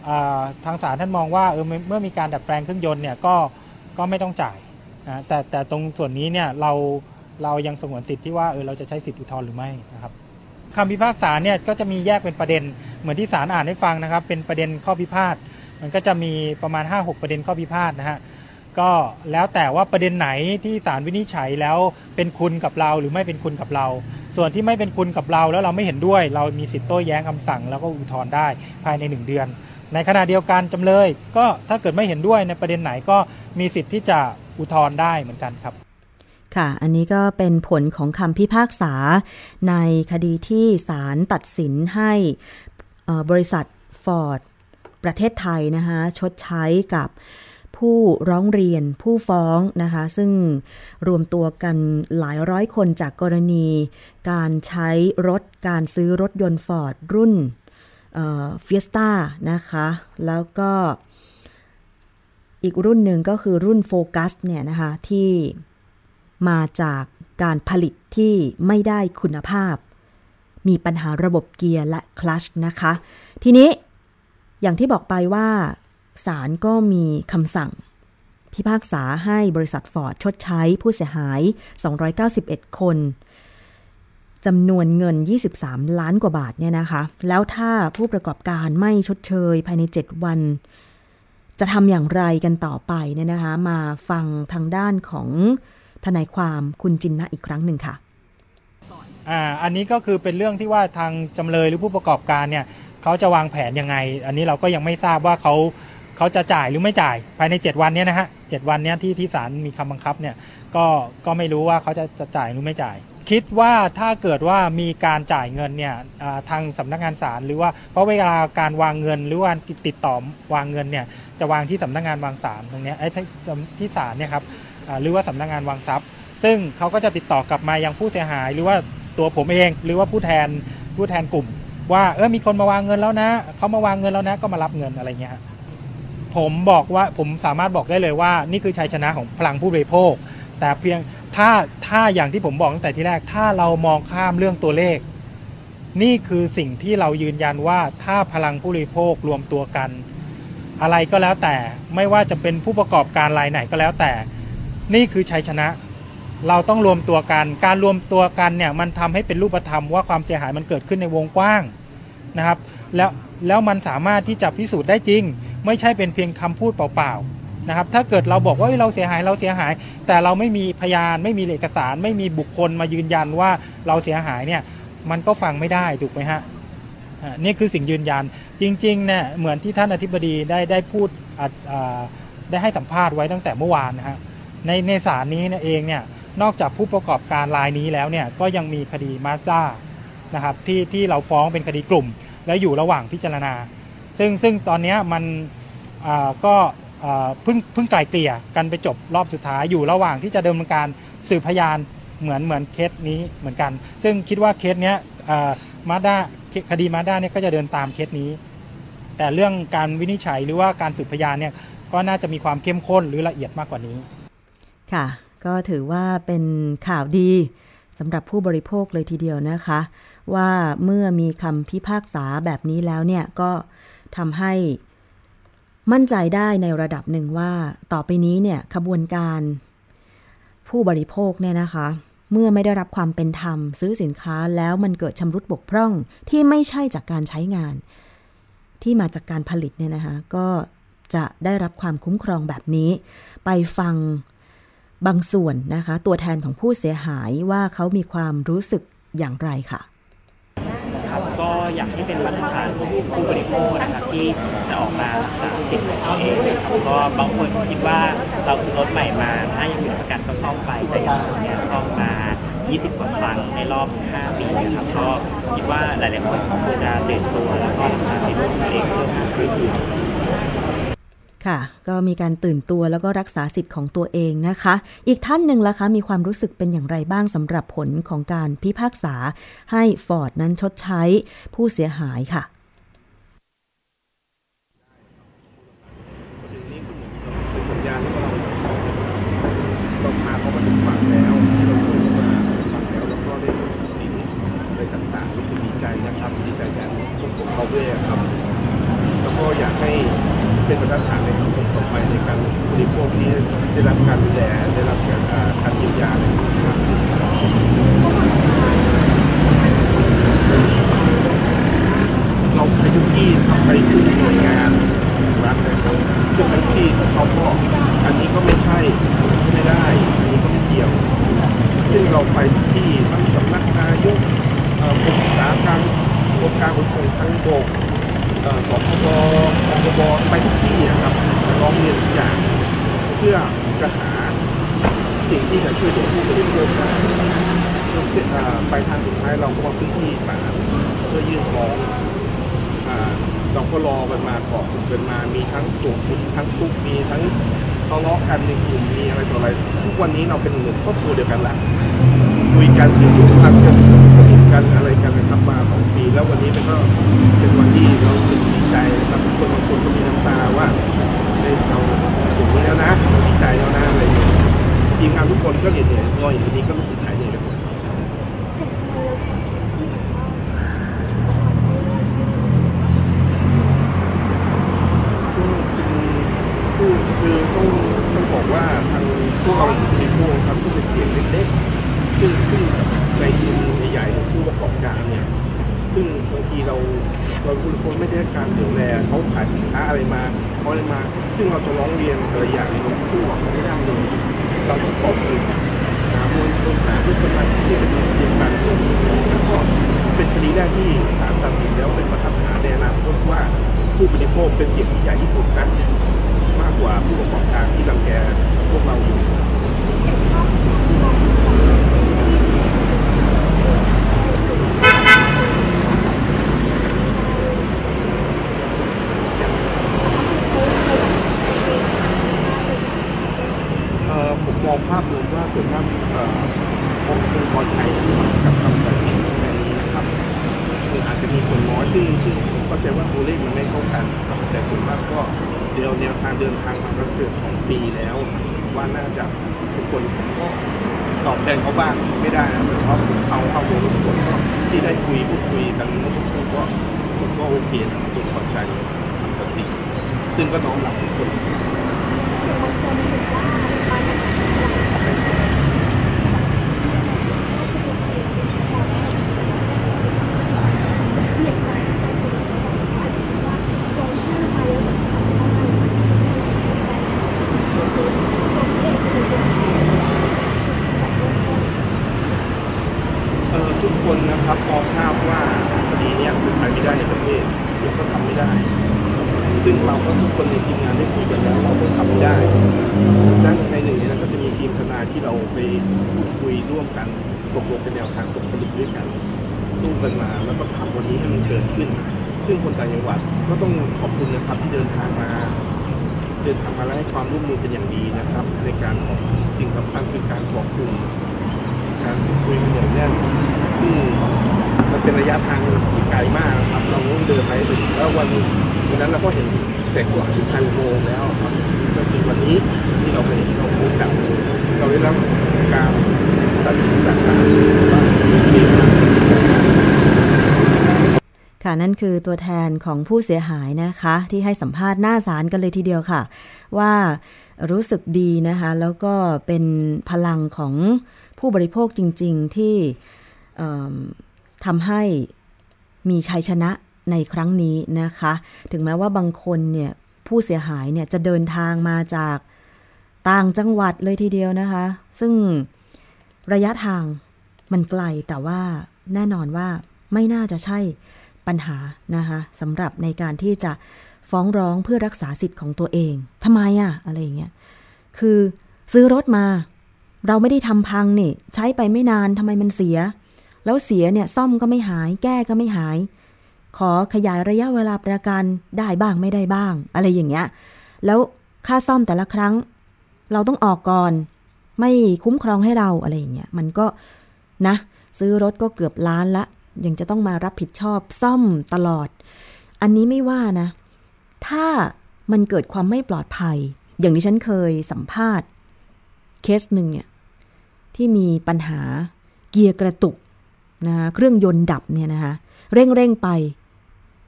ทางศาลท่านมองว่าเออเมื่อมีการดัดแปลงเครื่องยนต์เนี่ยก็ก็ไม่ต้องจ่ายนะแต่แต่ตรงส่วนนี้เนี่ยเราเรายังสงวนสิทธิ์ที่ว่าเออเราจะใช้สิทธิอุทธรณ์หรือไม่นะครับคำพิพากษาเนี่ยก็จะมีแยกเป็นประเด็นเหมือนที่ศาลอ่านให้ฟังนะครับเป็นประเด็นข้อพิพาทมันก็จะมีประมาณ ห้าหก ประเด็นข้อพิพาทนะฮะก็แล้วแต่ว่าประเด็นไหนที่ศาลวินิจฉัยแล้วเป็นคุณกับเราหรือไม่เป็นคุณกับเราส่วนที่ไม่เป็นคุณกับเราแล้วเราไม่เห็นด้วยเรามีสิทธิ์โต้แย้งคำสั่งแล้วก็อุทธรณ์ได้ภายในหนึ่งเดือนในขณะเดียวกันจำเลยก็ถ้าเกิดไม่เห็นด้วยในประเด็นไหนก็มีสิทธิ์ที่จะอุทธรณ์ได้เหมือนกันครับค่ะอันนี้ก็เป็นผลของคำพิพากษาในคดีที่ศาลตัดสินให้บริษัทฟอร์ดประเทศไทยนะคะชดใช้กับผู้ร้องเรียนผู้ฟ้องนะคะซึ่งรวมตัวกันหลายร้อยคนจากกรณีการใช้รถการซื้อรถยนต์ฟอร์ดรุ่นเฟียสต้านะคะแล้วก็อีกรุ่นหนึ่งก็คือรุ่นโฟกัสเนี่ยนะคะที่มาจากการผลิตที่ไม่ได้คุณภาพมีปัญหาระบบเกียร์และคลัตช์นะคะทีนี้อย่างที่บอกไปว่าศาลก็มีคำสั่งพิพากษาให้บริษัทฟอร์ดชดใช้ผู้เสียหายสองร้อยเก้าสิบเอ็ดคนจำนวนเงินยี่สิบสามล้านกว่าบาทเนี่ยนะคะแล้วถ้าผู้ประกอบการไม่ชดเชยภายในเจ็ดวันจะทำอย่างไรกันต่อไปเนี่ยนะคะมาฟังทางด้านของทนายความคุณจินนะอีกครั้งหนึ่งค่ะอ่าอันนี้ก็คือเป็นเรื่องที่ว่าทางจำเลยหรือผู้ประกอบการเนี่ยเขาจะวางแผนยังไงอันนี้เราก็ยังไม่ทราบว่าเขาเขาจะจ่ายหรือไม่จ่ายภายในเจ็ดวันนี้นะฮะเจ็ดวันนี้ที่ที่ศาลมีคำบังคับเนี่ยก็ก็ไม่รู้ว่าเขาจะจะจ่ายหรือไม่จ่ายคิดว่าถ้าเกิดว่ามีการจ่ายเงินเนี่ยทางสำนักงานศาลหรือว่าเพราะเวลาการวางเงินหรือว่าติดต่อวางเงินเนี่ยจะวางที่สำนักงานวางศาลตรงนี้ไอ้ที่ศาลเนี่ยครับหรือว่าสำนักงานวางทรัพย์ซึ่งเขาก็จะติดต่อกลับมายังผู้เสียหายหรือว่าตัวผมเองหรือว่าผู้แทนผู้แทนกลุ่มว่าเออมีคนมาวางเงินแล้วนะเขามาวางเงินแล้วนะก็มารับเงินอะไรเงี้ยผมบอกว่าผมสามารถบอกได้เลยว่านี่คือชัยชนะของพลังผู้บริโภคแต่เพียงถ้าถ้าอย่างที่ผมบอกตั้งแต่ที่แรกถ้าเรามองข้ามเรื่องตัวเลขนี่คือสิ่งที่เรายืนยันว่าถ้าพลังผู้บริโภครวมตัวกันอะไรก็แล้วแต่ไม่ว่าจะเป็นผู้ประกอบการรายไหนก็แล้วแต่นี่คือชัยชนะเราต้องรวมตัวกันการรวมตัวกันเนี่ยมันทำให้เป็นรูปธรรมว่าความเสียหายมันเกิดขึ้นในวงกว้างนะครับแล้วแล้วมันสามารถที่จะพิสูจน์ได้จริงไม่ใช่เป็นเพียงคำพูดเปล่าๆนะครับถ้าเกิดเราบอกว่าเราเสียหายเราเสียหายแต่เราไม่มีพยานไม่มีเอกสารไม่มีบุคคลมายืนยันว่าเราเสียหายเนี่ยมันก็ฟังไม่ได้ถูกไหมฮะนี่คือสิ่งยืนยันจริงๆเนี่ยเหมือนที่ท่านอธิบดีได้ได้พูดได้ให้สัมภาษณ์ไว้ตั้งแต่เมื่อวานนะฮะในในศาลนี้เองเนี่ยนอกจากผู้ประกอบการรายนี้แล้วเนี่ยก็ยังมีคดี Mazda นะครับที่ที่เราฟ้องเป็นคดีกลุ่มและอยู่ระหว่างพิจารณาซึ่งซึ่งตอนนี้มันก็เพิ่งเพิ่งไกล่เกลี่ยกันไปจบรอบสุดท้ายอยู่ระหว่างที่จะดำเนินการสืบพยานเหมือนเหมือนเคสนี้เหมือนกันซึ่งคิดว่าเคสเนี้ยมาด้าคดีมาด้าเนี่ยก็จะเดินตามเคสนี้แต่เรื่องการวินิจฉัยหรือว่าการสืบพยานเนี่ยก็น่าจะมีความเข้มข้นหรือละเอียดมากกว่านี้ค่ะก็ถือว่าเป็นข่าวดีสำหรับผู้บริโภคเลยทีเดียวนะคะว่าเมื่อมีคำพิพากษาแบบนี้แล้วเนี่ยก็ทำให้มั่นใจได้ในระดับหนึ่งว่าต่อไปนี้เนี่ยขบวนการผู้บริโภคเนี่ยนะคะเมื่อไม่ได้รับความเป็นธรรมซื้อสินค้าแล้วมันเกิดชำรุดบกพร่องที่ไม่ใช่จากการใช้งานที่มาจากการผลิตเนี่ยนะคะก็จะได้รับความคุ้มครองแบบนี้ไปฟังบางส่วนนะคะตัวแทนของผู้เสียหายว่าเขามีความรู้สึกอย่างไรค่ะก็อยากให้เป็นมาตรฐานของผู้บริโภคนะครับที่จะออกมารักษาสิทธิ์ของตัวเองนะครับก็บางคนคิดว่าเราซื้อรถใหม่มาถ้ายังอยู่ในประกันก็ซ่อมไปแต่อย่างตัวนี้ซ่อมมายี่สิบกว่าครั้งในรอบห้าปีนะครับก็คิดว่าหลายๆคนควรจะตื่นตัวแล้วก็รักษาสิทธิ์ของตัวเองเพื่อการซื้อคืนค่ะก็มีการตื่นตัวแล้วก็รักษาสิทธิ์ของตัวเองนะคะอีกท่านหนึ่งล่ะคะมีความรู้สึกเป็นอย่างไรบ้างสำหรับผลของการพิพากษาให้ฟอร์ดนั้นชดใช้ผู้เสียหายค่ะสัญญาณเราพาเขามาถึงฝั่งแล้วเราช่วยเขามาฝั่งแล้วแล้วก็ได้สินอะไรต่างๆรู้สึกดีใจนะครับดีใจแทนพวกเขาด้วยครับก็แล้วก็อยากให้เป็นมาตรฐานในสังคมต่อไปในการบริโภคที่ได้รับการดูแลได้รับการการเยียวยาอะไรมากขึ้นเราไปทุกที่ไปทุกหน่วยงานรัฐนะครับซึ่งบางที่เขาก็อันนี้ก็ไม่ใช่ไม่ได้อันนี้ก็ไม่เกี่ยวซึ่งเราไปที่ทั้งสำนักนายกกรมอุตสาหกรรมกรมการขนส่งทางบกสคบกบไปทุกที่นะครับร้องเรียนทุกอย่างเพื่อจะหาสิ่งที่จะช่วยตัวผู้บริโภคได้ไปทางสุดท้ายเราก็มาพื้นที่ศาลเพื่อยื่นฟ้องเราก็รอกันมาก่อนกันมามีทั้งสุขมีทั้งทุกข์มีทั้งทะเลาะกันในกลุ่มมีอะไรต่ออะไรทุกวันนี้เราเป็นหนึ่งครอบครัวเดียวกันละคุยกันถึงทุกครั้งกันสนิทกันอะไรกันนะครับมาสองปีแล้ววันนี้มันก็เป็นวันที่เรารู้สึกดีใจนะครับคนบางคนก็มีน้ำตาว่าเราถึงนี้แล้วนะเราดีใจแล้วนะอะไรอย่างเงี้ยทีมงานทุกคนก็เหนื่อยๆรออย่างนี้ก็รู้สึกหายเหนื่อยกันหมดคือต้องต้องบอกว่าทางพวกเราเป็นพวกครับที่เป็นเสียงเล็กๆซึ่งซึ่งในทีมใหญ่ๆผู้ประกอบการเนี่ยซึ่งบางทีเราเราคุณคนไม่ได้การดูแลเขาขายสินค้าอะไรมาเขาอะไรมาซึ่งเราจะร้องเรียนอะไรอย่างนี้ผู้ว่าไม่ได้เลยเราต้องขอบคุณหามูลต้นหาด้วยคนมาที่เป็นเรียนการส่งแล้วก็เป็นคดีแรกที่ศาลตัดสินแล้วเป็นมาตรฐานในอนาคตว่าผู้บริโภคเป็นเสียงที่ใหญ่ที่สุดนะมากกว่าผู้ประกอบการที่รังแกพวกเราอยู่ผมมองภาพรวมว่าส่วนมากองค์กรไทยที่มากับทำแบบนี้ในนี้นะครับคืออาจจะมีคนน้อยซึ่งซึ่งผมเข้าใจว่าตัวเลขมันไม่เท่ากันครับแต่ส่วนมากก็เดียวแนวทางเดินทางมาก็เกือบสองปีแล้วว่าน่าจะทุกคนก็ตอบแทนเขาบ้างไม่ได้นะแต่ว่าผมเอาเอาตัวทุกคนก็ที่ได้คุยพูดคุยกันแล้วทุกคนก็ทุกคนก็โอเคนะทุกคนพอใจทำปกติซึ่งก็น้อมรับทุกคนทุกคนนะครับมองภาพว่าคดีนี้เป็นไปไม่ได้ในประเทศเราก็ทำไม่ได้ซึ่งเราก็ทุกคนในทีมงานได้คุยกันแล้วเราก็ทำไม่ได้ดังในหนึ่งในนั้นก็จะมีทีมทนายที่เราไปพูดคุยร่วมกันตกลงเป็นแนวทางตกผลึกด้วยกันสู้กันมาแล้วก็ทำวันนี้ให้มันเกิดขึ้นซึ่งคนต่างจังหวัดก็ต้องขอบคุณนะครับที่เดินทางมาเดินทางมาและให้ความร่วมมือเป็นอย่างดีนะครับในการของสิ่งสำคัญคือการบอกกลุ่มการคุยกันอย่างแน่นซึ่งมันเป็นระยะทางที่ไกลมากครับเราต้องเดินไปถึงแล้ววันวันนั้นเราก็เห็นแสงสว่างที่ทางโมงแล้วครับจนถึงวันนี้ที่เราไปเห็นเราพบกับเราได้รับการตัดสินจากศาลว่าค่ะนั่นคือตัวแทนของผู้เสียหายนะคะที่ให้สัมภาษณ์หน้าศาลกันเลยทีเดียวค่ะว่ารู้สึกดีนะคะแล้วก็เป็นพลังของผู้บริโภคจริงๆที่ทำให้มีชัยชนะในครั้งนี้นะคะถึงแม้ว่าบางคนเนี่ยผู้เสียหายเนี่ยจะเดินทางมาจากต่างจังหวัดเลยทีเดียวนะคะซึ่งระยะทางมันไกลแต่ว่าแน่นอนว่าไม่น่าจะใช่ปัญหานะคะสำหรับในการที่จะฟ้องร้องเพื่อรักษาสิทธิ์ของตัวเองทำไมอะอะไรอย่างเงี้ยคือซื้อรถมาเราไม่ได้ทำพังนี่ใช้ไปไม่นานทำไมมันเสียแล้วเสียเนี่ยซ่อมก็ไม่หายแก้ก็ไม่หายขอขยายระยะเวลาประกันได้บ้างไม่ได้บ้างอะไรอย่างเงี้ยแล้วค่าซ่อมแต่ละครั้งเราต้องออกก่อนไม่คุ้มครองให้เราอะไรอย่างเงี้ยมันก็นะซื้อรถก็เกือบล้านละยังจะต้องมารับผิดชอบซ่อมตลอดอันนี้ไม่ว่านะถ้ามันเกิดความไม่ปลอดภัยอย่างที่ฉันเคยสัมภาษณ์เคสหนึ่งเนี่ยที่มีปัญหาเกียร์กระตุกนะคะเครื่องยนต์ดับเนี่ยนะคะเร่งเร่งไป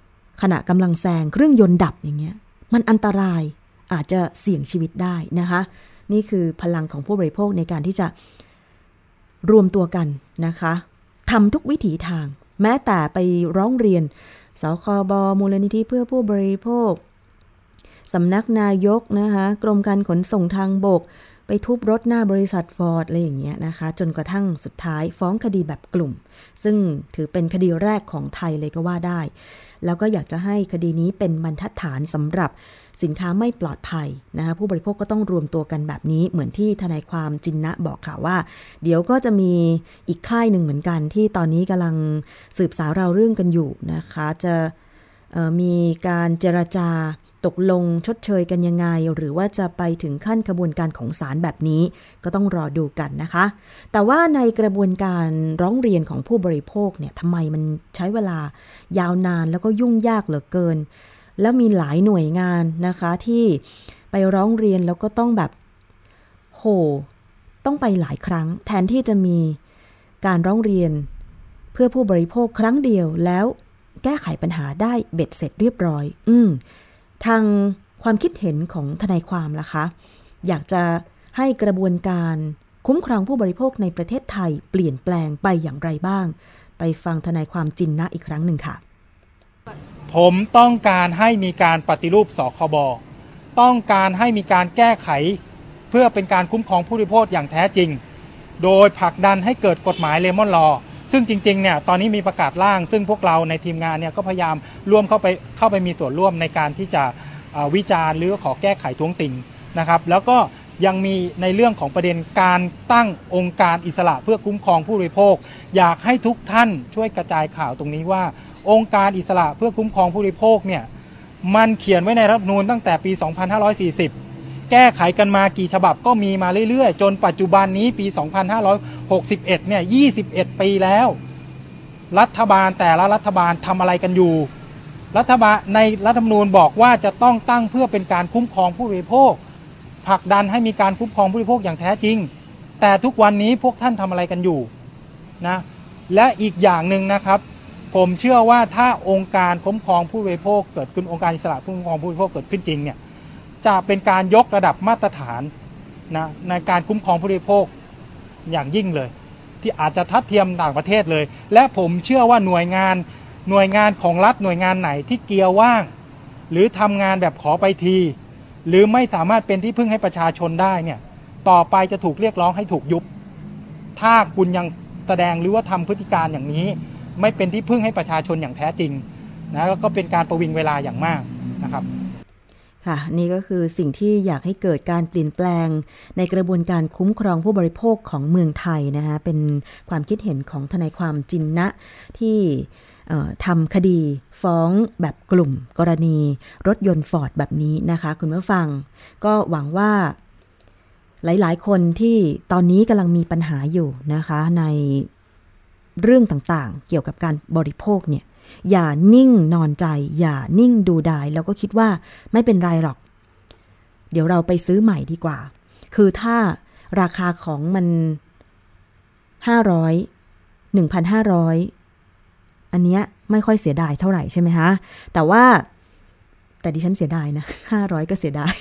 ขณะกำลังแซงเครื่องยนต์ดับอย่างเงี้ยมันอันตรายอาจจะเสี่ยงชีวิตได้นะคะนี่คือพลังของผู้บริโภคในการที่จะรวมตัวกันนะคะทำทุกวิถีทางแม้แต่ไปร้องเรียนสคบมูลนิธิเพื่อผู้บริโภคสำนักนายกนะคะกรมการขนส่งทางบกไปทุบรถหน้าบริษัทฟอร์ดอะไรอย่างเงี้ยนะคะจนกระทั่งสุดท้ายฟ้องคดีแบบกลุ่มซึ่งถือเป็นคดีแรกของไทยเลยก็ว่าได้แล้วก็อยากจะให้คดีนี้เป็นบรรทัดฐานสำหรับสินค้าไม่ปลอดภัยนะคะผู้บริโภคก็ต้องรวมตัวกันแบบนี้เหมือนที่ทนายความจินนะบอกค่ะว่าเดี๋ยวก็จะมีอีกค่ายหนึ่งเหมือนกันที่ตอนนี้กำลังสืบสาวราวเรื่องกันอยู่นะคะจะมีการเจรจาตกลงชดเชยกันยังไงหรือว่าจะไปถึงขั้นกระบวนการของศาลแบบนี้ก็ต้องรอดูกันนะคะแต่ว่าในกระบวนการร้องเรียนของผู้บริโภคเนี่ยทำไมมันใช้เวลายาวนานแล้วก็ยุ่งยากเหลือเกินแล้วมีหลายหน่วยงานนะคะที่ไปร้องเรียนแล้วก็ต้องแบบโหต้องไปหลายครั้งแทนที่จะมีการร้องเรียนเพื่อผู้บริโภคครั้งเดียวแล้วแก้ไขปัญหาได้เบ็ดเสร็จเรียบร้อยอืมทางความคิดเห็นของทนายความล่ะคะอยากจะให้กระบวนการคุ้มครองผู้บริโภคในประเทศไทยเปลี่ยนแปลงไปอย่างไรบ้างไปฟังทนายความจินนะอีกครั้งหนึ่งค่ะผมต้องการให้มีการปฏิรูปสคบต้องการให้มีการแก้ไขเพื่อเป็นการคุ้มครองผู้บริโภคอย่างแท้จริงโดยผลักดันให้เกิดกฎหมายเลมอนลอซึ่งจริงๆเนี่ยตอนนี้มีประกาศร่างซึ่งพวกเราในทีมงานเนี่ยก็พยายามร่วมเข้าไปเข้าไปมีส่วนร่วมในการที่จะวิจารณ์หรือขอแก้ไขท้วงติงนะครับแล้วก็ยังมีในเรื่องของประเด็นการตั้งองค์การอิสระเพื่อคุ้มครองผู้บริโภคอยากให้ทุกท่านช่วยกระจายข่าวตรงนี้ว่าองค์การอิสระเพื่อคุ้มครองผู้บริโภคเนี่ยมันเขียนไว้ในรัฐธรรมนูญตั้งแต่ปีสองพันห้าร้อยสี่สิบแก้ไขกันมากี่ฉบับก็มีมาเรื่อยๆจนปัจจุบันนี้ปีสองพันห้าร้อยหกสิบเอ็ดเนี่ยยี่สิบเอ็ดปีแล้วรัฐบาลแต่ละรัฐบาลทำอะไรกันอยู่รัฐบาลในรัฐธรรมนูญบอกว่าจะต้องตั้งเพื่อเป็นการคุ้มครองผู้บริโภคผลักดันให้มีการคุ้มครองผู้บริโภคอย่างแท้จริงแต่ทุกวันนี้พวกท่านทำอะไรกันอยู่นะและอีกอย่างหนึ่งนะครับผมเชื่อว่าถ้าองค์การคุ้มครองผู้บริโภคเกิดขึ้นองค์การอิสระคุ้มครองผู้บริโภคเกิดขึ้นจริงเนี่ยจะเป็นการยกระดับมาตรฐานนะในการคุ้มครองผู้บริโภคอย่างยิ่งเลยที่อาจจะทัดเทียมต่างประเทศเลยและผมเชื่อว่าหน่วยงานหน่วยงานของรัฐหน่วยงานไหนที่เกียร์ว่างหรือทำงานแบบขอไปทีหรือไม่สามารถเป็นที่พึ่งให้ประชาชนได้เนี่ยต่อไปจะถูกเรียกร้องให้ถูกยุบถ้าคุณยังแสดงหรือว่าทำพฤติการอย่างนี้ไม่เป็นที่พึ่งให้ประชาชนอย่างแท้จริงนะแล้วก็เป็นการประวิงเวลาอย่างมากนะครับค่ะนี่ก็คือสิ่งที่อยากให้เกิดการเปลี่ยนแปลงในกระบวนการคุ้มครองผู้บริโภคของเมืองไทยนะคะเป็นความคิดเห็นของทนายความจินนะที่ทำคดีฟ้องแบบกลุ่มกรณีรถยนต์ฟอร์ดแบบนี้นะคะคุณผู้ฟังก็หวังว่าหลายๆคนที่ตอนนี้กำลังมีปัญหาอยู่นะคะในเรื่องต่างๆเกี่ยวกับการบริโภคเนี่ยอย่านิ่งนอนใจอย่านิ่งดูดายแล้วก็คิดว่าไม่เป็นไรหรอกเดี๋ยวเราไปซื้อใหม่ดีกว่าคือถ้าราคาของมันห้าร้อย หนึ่งพันห้าร้อยอันเนี้ยไม่ค่อยเสียดายเท่าไหร่ใช่ไหมคะแต่ว่าแต่ดิฉันเสียดายนะห้าร้อยก็เสียดาย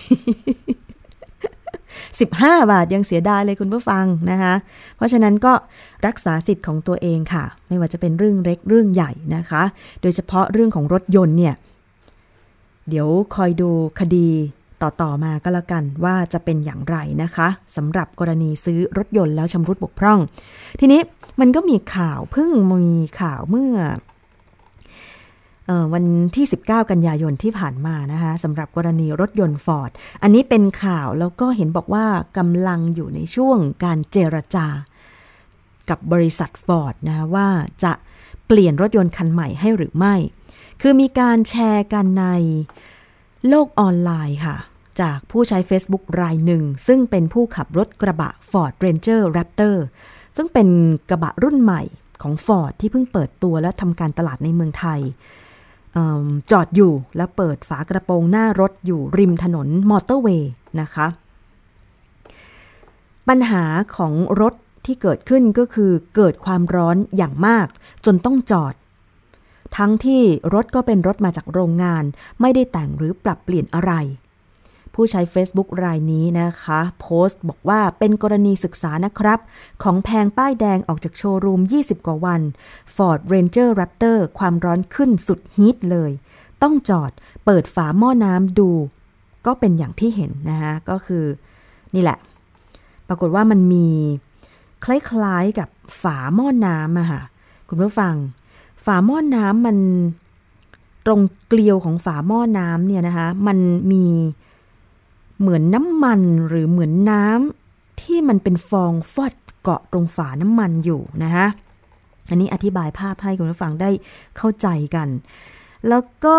สิบห้าบาทยังเสียดายเลยคุณผู้ฟังนะคะเพราะฉะนั้นก็รักษาสิทธิ์ของตัวเองค่ะไม่ว่าจะเป็นเรื่องเล็กเรื่องใหญ่นะคะโดยเฉพาะเรื่องของรถยนต์เนี่ยเดี๋ยวคอยดูคดีต่อๆมาก็แล้วกันว่าจะเป็นอย่างไรนะคะสำหรับกรณีซื้อรถยนต์แล้วชำรุดบกพร่องทีนี้มันก็มีข่าวเพิ่งมีข่าวเมื่อเอ่อวันที่สิบเก้ากันยายนที่ผ่านมานะคะสำหรับกรณีรถยนต์ฟอร์ดอันนี้เป็นข่าวแล้วก็เห็นบอกว่ากำลังอยู่ในช่วงการเจรจากับบริษัทฟอร์ดนะคะว่าจะเปลี่ยนรถยนต์คันใหม่ให้หรือไม่คือมีการแชร์กันในโลกออนไลน์ค่ะจากผู้ใช้ Facebook รายหนึ่งซึ่งเป็นผู้ขับรถกระบะ Ford Ranger Raptor ซึ่งเป็นกระบะรุ่นใหม่ของ Ford ที่เพิ่งเปิดตัวและทำการตลาดในเมืองไทยจอดอยู่แล้วเปิดฝากระโปรงหน้ารถอยู่ริมถนนมอเตอร์เวย์นะคะปัญหาของรถที่เกิดขึ้นก็คือเกิดความร้อนอย่างมากจนต้องจอดทั้งที่รถก็เป็นรถมาจากโรงงานไม่ได้แต่งหรือปรับเปลี่ยนอะไรผู้ใช้ Facebook รายนี้นะคะโพสต์บอกว่าเป็นกรณีศึกษานะครับของแพงป้ายแดงออกจากโชว์รูมยี่สิบกว่าวัน Ford Ranger Raptor ความร้อนขึ้นสุดฮีทเลยต้องจอดเปิดฝาหม้อน้ำดูก็เป็นอย่างที่เห็นนะคะก็คือนี่แหละปรากฏว่ามันมีคล้ายๆกับฝาหม้อน้ำอะค่ะคุณผู้ฟังฝาหม้อน้ำมันตรงเกลียวของฝาหม้อน้ำเนี่ยนะคะมันมีเหมือนน้ำมันหรือเหมือนน้ำที่มันเป็นฟองฟอดเกาะตรงฝาน้ำมันอยู่นะคะอันนี้อธิบายภาพให้คุณผู้ฟังได้เข้าใจกันแล้วก็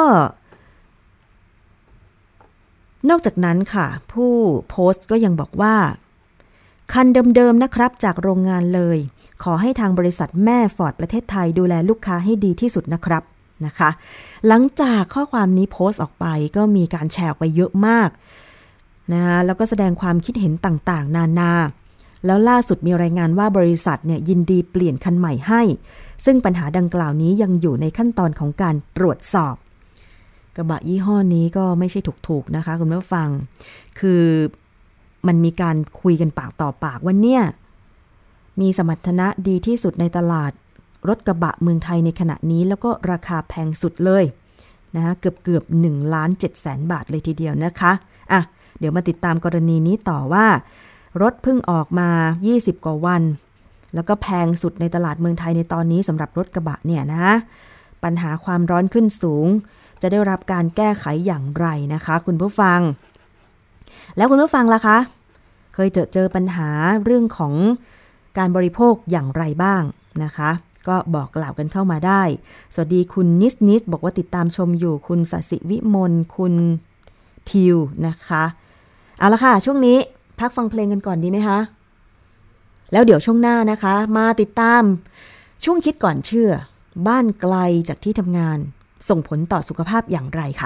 นอกจากนั้นค่ะผู้โพสต์ก็ยังบอกว่าคันเดิมๆนะครับจากโรงงานเลยขอให้ทางบริษัทแม่ฟอร์ดประเทศไทยดูแลลูกค้าให้ดีที่สุดนะครับนะคะหลังจากข้อความนี้โพสต์ออกไปก็มีการแชร์ออกไปเยอะมากนะแล้วก็แสดงความคิดเห็นต่างๆนานาแล้วล่าสุดมีรายงานว่าบริษัทเนี่ยยินดีเปลี่ยนคันใหม่ให้ซึ่งปัญหาดังกล่าวนี้ยังอยู่ในขั้นตอนของการตรวจสอบกระบะยี่ห้อนี้ก็ไม่ใช่ถูกๆนะคะคุณผู้ฟังคือมันมีการคุยกันปากต่อปากว่าเนี่ยมีสมรรถนะดีที่สุดในตลาดรถกระบะเมืองไทยในขณะนี้แล้วก็ราคาแพงสุดเลยนะคะเกือบเกือบหนึ่งล้านเจ็ดแสนบาทเลยทีเดียวนะคะอ่ะเดี๋ยวมาติดตามกรณีนี้ต่อว่ารถเพิ่งออกมายี่สิบกว่าวันแล้วก็แพงสุดในตลาดเมืองไทยในตอนนี้สำหรับรถกระบะเนี่ยนะปัญหาความร้อนขึ้นสูงจะได้รับการแก้ไขอย่างไรนะคะคุณผู้ฟังแล้วคุณผู้ฟังล่ะคะเคยเจอเจอปัญหาเรื่องของการบริโภคอย่างไรบ้างนะคะก็บอกกล่าวกันเข้ามาได้สวัสดีคุณนิสนิสบอกว่าติดตามชมอยู่คุณศศิวิมลคุณทิวนะคะเอาละค่ะช่วงนี้พักฟังเพลงกันก่อนดีไหมคะแล้วเดี๋ยวช่วงหน้านะคะมาติดตามช่วงคิดก่อนเชื่อบ้านไกลจากที่ทำงานส่งผลต่อสุขภาพอย่างไรค่ะ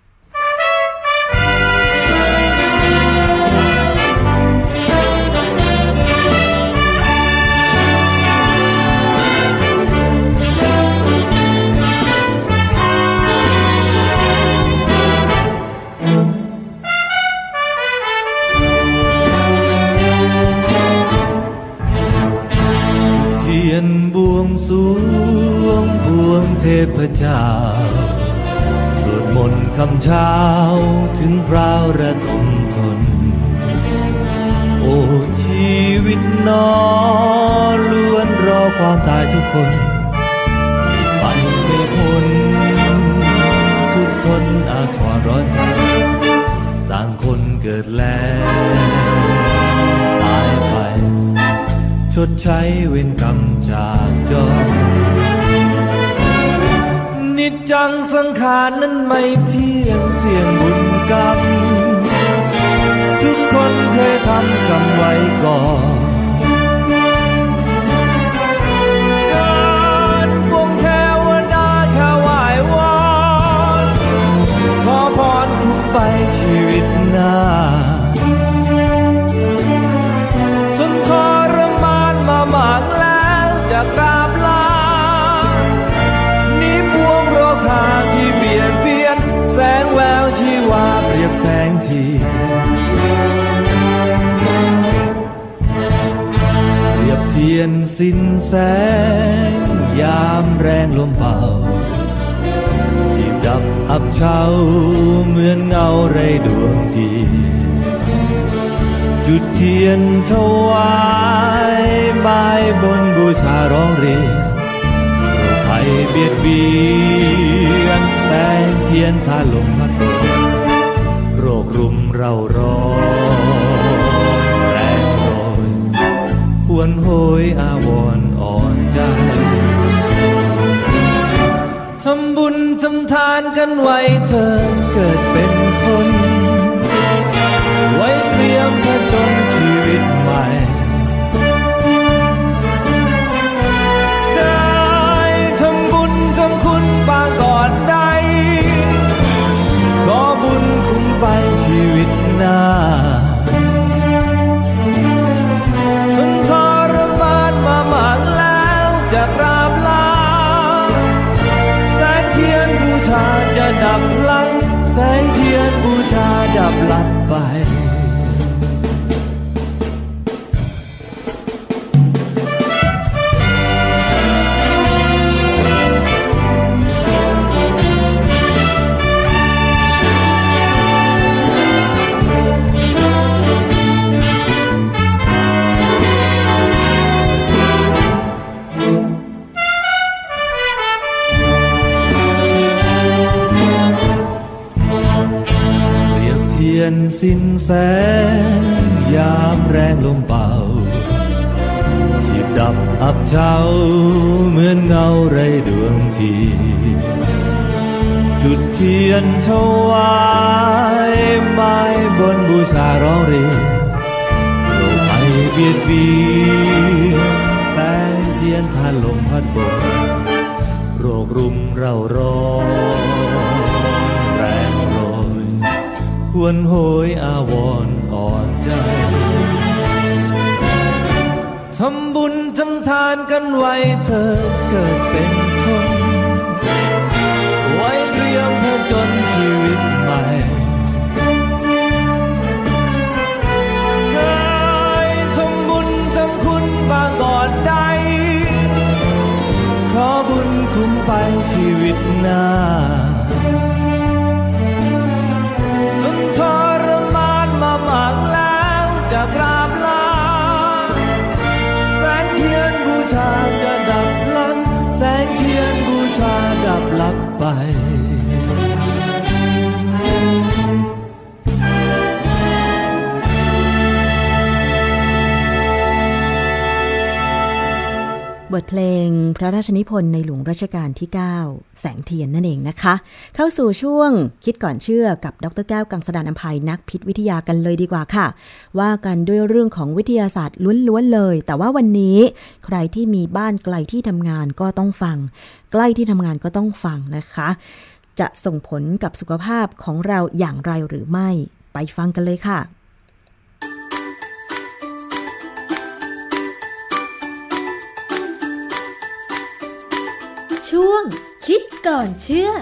เทียนบวงสรวงบวงเทพเจ้าสวดมนต์คำเช้าถึงคราวระทมทนโอ้ชีวิตน้อล้วนรอความตายทุกคนไปไม่พ้นทุกทนอาทรร้อนใจต่างคนเกิดแล้วตายไปชดใช้เวรกรรมจากจอนิจจังสังขารนั้นไม่เที่ยงเสี่ยงบุญกรรมทุกคนเคยทำกรรมไว้ก่อนการพวงเทวดาแค่ไหว้วอนขอพรคุ้มไปชีวิตหน้าจนทรมานมามากแล้วจะกราบลานี้พวงโรคาที่เบียดเบียนแสงแววชีวาเปรียบแสงทีเปรียบเทียนสิ้นแสงยามแรงลมเป่าชีพดับอับเฉาเหมือนเงาไรดวงทีจุดเทียนถวายบายบนบูชาร้องเรียนโรคภัยเบียดเบียนแสงเทียนทาลมพัดโรครุมเราร้อนแรงโรยหวนโหยอาวรณ์อ่อนใจทำบุญทำทานกันไว้เธอเกิดเป็นคนไว้เตรียมผจญชีวิตใหม่ได้ทำบุญทำคุณบางก่อนใดขอบุญคุ้มไปชีวิตหน้าจนทรมานมามากแล้วจะกราบลาแสงไปสิ้นแสงยามแรงลมเป่าชีพดับอับเฉาเหมือนเงาไร้ดวงทีจุดเทียนถวายไม้บนบูชาร้องเรียนโลกไม่เบียดเบียนแสงเทียนทานลมพัดบนโรครุมเราร้อนแรงหวนโหยอาวรณ์อ่อนใจทำบุญทำทานกันไว้เธอเกิดเป็นคนไว้เตรียมผจญชีวิตใหม่เคยทำบุญทำคุณบางก่อนใดขอบุญคุ้มไปชีวิตหน้าจะกราบลาแสงเทียนบูชาจะดับลับแสงเทียนบูชาดับลับไปบทเพลงพระราชนิพนธ์ในหลวงรัชกาลที่เก้าแสงเทียนนั่นเองนะคะเข้าสู่ช่วงคิดก่อนเชื่อกับดร.แก้วกังสดาลอำไพนักพิษวิทยากันเลยดีกว่าค่ะว่ากันด้วยเรื่องของวิทยาศาสตร์ล้วนๆเลยแต่ว่าวันนี้ใครที่มีบ้านไกลที่ทำงานก็ต้องฟังใกล้ที่ทำงานก็ต้องฟังนะคะจะส่งผลกับสุขภาพของเราอย่างไรหรือไม่ไปฟังกันเลยค่ะช่วงคิดก่อนเชื่อ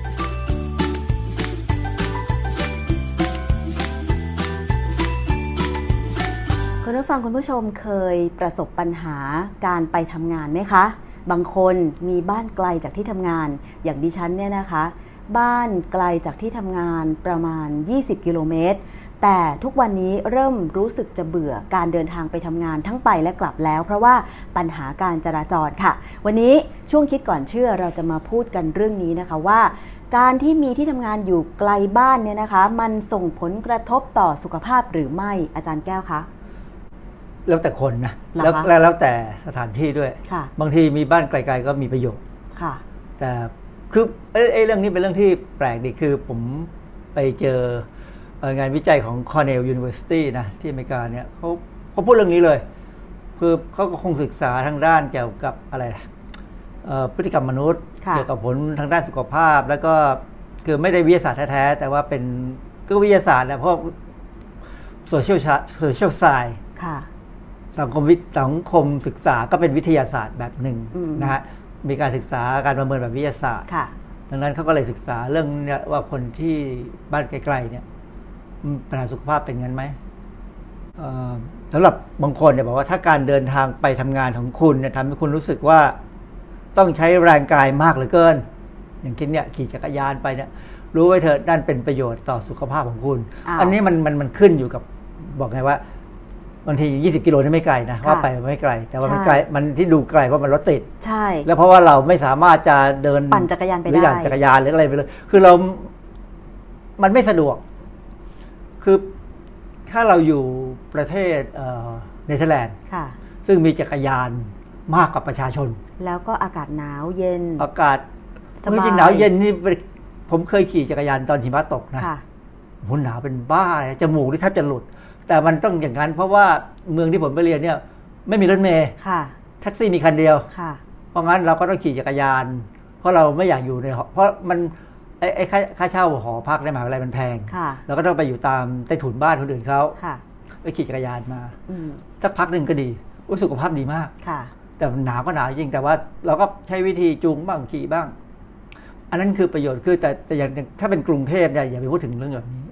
คุณผู้ฟังคุณผู้ชมเคยประสบปัญหาการไปทำงานไหมคะบางคนมีบ้านไกลจากที่ทำงานอย่างดิฉันเนี่ยนะคะบ้านไกลจากที่ทำงานประมาณยี่สิบกิโลเมตรแต่ทุกวันนี้เริ่มรู้สึกจะเบื่อการเดินทางไปทำงานทั้งไปและกลับแล้วเพราะว่าปัญหาการจราจรค่ะวันนี้ช่วงคิดก่อนเชื่อเราจะมาพูดกันเรื่องนี้นะคะว่าการที่มีที่ทำงานอยู่ไกลบ้านเนี่ยนะคะมันส่งผลกระทบต่อสุขภาพหรือไม่อาจารย์แก้วคะแล้วแต่คนนะแล้วแล้วแต่สถานที่ด้วยบางทีมีบ้านไกลๆก็มีประโยชน์ค่ะแต่คือไอ้เรื่องนี้เป็นเรื่องที่แปลกดีคือผมไปเจองานวิจัยของ Cornell University นะที่อเมริกาเนี่ยเขาเขาพูดเรื่องนี้เลยคือเขาก็คงศึกษาทางด้านเกี่ยวกับอะไรพฤติกรรมมนุษย์เกี่ยวกับผลทางด้านสุขภาพแล้วก็คือไม่ได้วิทยาศาสตร์แท้ๆแต่ว่าเป็นก็วิทยาศาสตร์นะเพราะโซเชียลโซเชียลไซน์สังคมวิสังคมศึกษาก็เป็นวิทยาศาสตร์แบบหนึ่งนะฮะมีการศึกษาการประเมินแบบวิทยาศาสตร์ดังนั้นเขาก็เลยศึกษาเรื่องนี้ว่าคนที่บ้านไกลๆเนี่ยปัญหาสุขภาพเป็นงั้นไหมสำหรับบางคนเนี่ยบอกว่าถ้าการเดินทางไปทำงานของคุณเนี่ยทำให้คุณรู้สึกว่าต้องใช้แรงกายมากเหลือเกินอย่างเช่นเนี่ยขี่จักรยานไปเนี่ยรู้ไว้เถอะนั่นเป็นประโยชน์ต่อสุขภาพของคุณ อ, อันนี้มันมันมันขึ้นอยู่กับบอกไงว่าบางทียี่สิบกิโลนี่ไม่ไกลนะว่าไปไม่ไกลแต่ว่ามันไกลมันที่ดูไกลเพราะมันรถติดใช่แล้วเพราะว่าเราไม่สามารถจะเดินปั่นจักรยานไปได้หรือปั่นจักรยานหรืออะไรไปเลยคือเรามันไม่สะดวกคือถ้าเราอยู่ประเทศเนเธอร์แลนด์ซึ่งมีจักรยานมากกว่าประชาชนแล้วก็อากาศหนาวเย็นอากาศจริงหนาวเย็นนี่ผมเคยขี่จักรยานตอนหิมะตกนะโหหนาวเป็นบ้าจมูกที่แทบจะหลุดแต่มันต้องอย่างนั้นเพราะว่าเมืองที่ผมไปเรียนเนี่ยไม่มีรถเมล์แท็กซี่มีคันเดียวเพราะงั้นเราก็ต้องขี่จักรยานเพราะเราไม่อยากอยู่ในเพราะมันไอ้ไอ้ค่าเช่าหอพักในมหาวิทยาลัยมันแพงเราก็ต้องไปอยู่ตามใต้ถุนบ้านคนอื่นเขาไปขี่จักรยานมาสักพักหนึ่งก็ดีสุขภาพดีมากแต่หนาวก็หนาวจริงแต่ว่าเราก็ใช้วิธีจูงบ้างขี่บ้างอันนั้นคือประโยชน์คือแต่แต่อย่างถ้าเป็นกรุงเทพเนี่ยอย่าไปพูดถึงเรื่องแบบนี้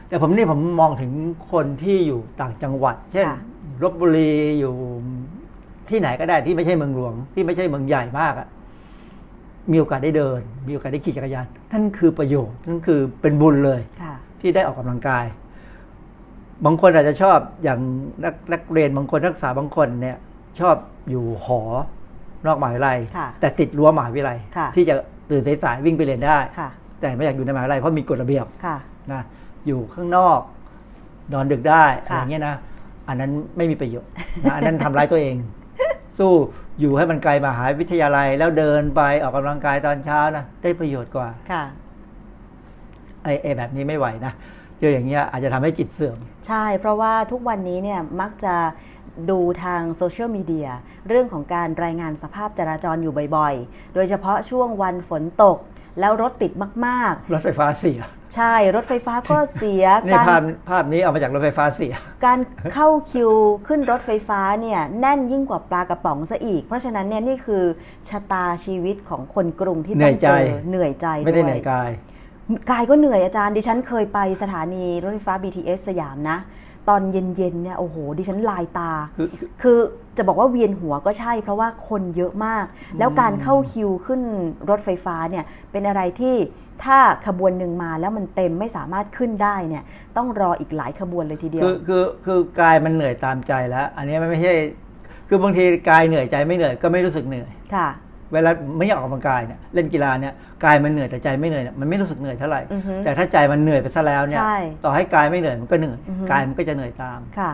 แต่ผมนี่ผมมองถึงคนที่อยู่ต่างจังหวัดเช่นลพบุรีอยู่ที่ไหนก็ได้ที่ไม่ใช่เมืองหลวงที่ไม่ใช่เมืองใหญ่มากอะมีโอกาสได้เดินมีโอกาสได้ขี่จักรยานนั่นคือประโยชน์นั่นคือเป็นบุญเลยที่ได้ออกกำลังกายบางคนอาจจะชอบอย่างนักนักเรียนบางคนนักศึกษาบางคนเนี่ยชอบอยู่หอนอกมหาวิทยาลัยแต่ติดรั้วมหาวิทยาลัยที่จะตื่นสายๆวิ่งไปเรียนได้แต่ไม่อยากอยู่ในมหาวิทยาลัยเพราะมีกฎระเบียบนะอยู่ข้างนอกนอนดึกได้อะไรเงี้ยนะอันนั้นไม่มีประโยชน์นะอันนั้นทำร้ายตัวเองสู้อยู่ให้มันไกลมหาวิทยาลัยแล้วเดินไปออกกำลังกายตอนเช้านะได้ประโยชน์กว่าไอ้ไอ้แบบนี้ไม่ไหวนะเจออย่างเงี้ยอาจจะทำให้จิตเสื่อมใช่เพราะว่าทุกวันนี้เนี่ยมักจะดูทางโซเชียลมีเดียเรื่องของการรายงานสภาพจราจรอยู่บ่อยๆโดยเฉพาะช่วงวันฝนตกแล้วรถติดมากๆรถไฟฟ้าเสียใช่รถไฟฟ้าก็เสียนี่ภาพภาพนี้เอามาจากรถไฟฟ้าเสียการเข้าคิวขึ้นรถไฟฟ้าเนี่ยแน่นยิ่งกว่าปลากระป๋องซะอีกเพราะฉะนั้นเนี่ยนี่คือชะตาชีวิตของคนกรุงที่ต้องเจอเหนื่อยใจด้วยไม่ได้เหนื่อยกายกายก็เหนื่อยอาจารย์ดิฉันเคยไปสถานีรถไฟฟ้า บี ที เอส สยามนะตอนเย็นๆเนี่ยโอ้โหดิฉันลายตาคือจะบอกว่าเวียนหัวก็ใช่เพราะว่าคนเยอะมากแล้วการเข้าคิวขึ้นรถไฟฟ้าเนี่ยเป็นอะไรที่ถ้าขบวนหนึ่งมาแล้วมันเต็มไม่สามารถขึ้นได้เนี่ยต้องรออีกหลายขบวนเลยทีเดียวคือคือคือกายมันเหนื่อยตามใจแล้วอันนี้มันไม่ใช่คือบางทีกายเหนื่อยใจไม่เหนื่อยก็ไม่รู้สึกเหนื่อยค่ะเวลาไม่อยากออกกำลังกายเนี่ยเล่นกีฬาเนี่ยกายมันเหนื่อยแต่ใจไม่เหนื่อยเนี่ยมันไม่รู้สึกเหนื่อยเท่าไหร่แต่ถ้าใจมันเหนื่อยไปซะแล้วเนี่ยต่อให้กายไม่เหนื่อยมันก็เหนื่อยกายมันก็จะเหนื่อยตามค่ะ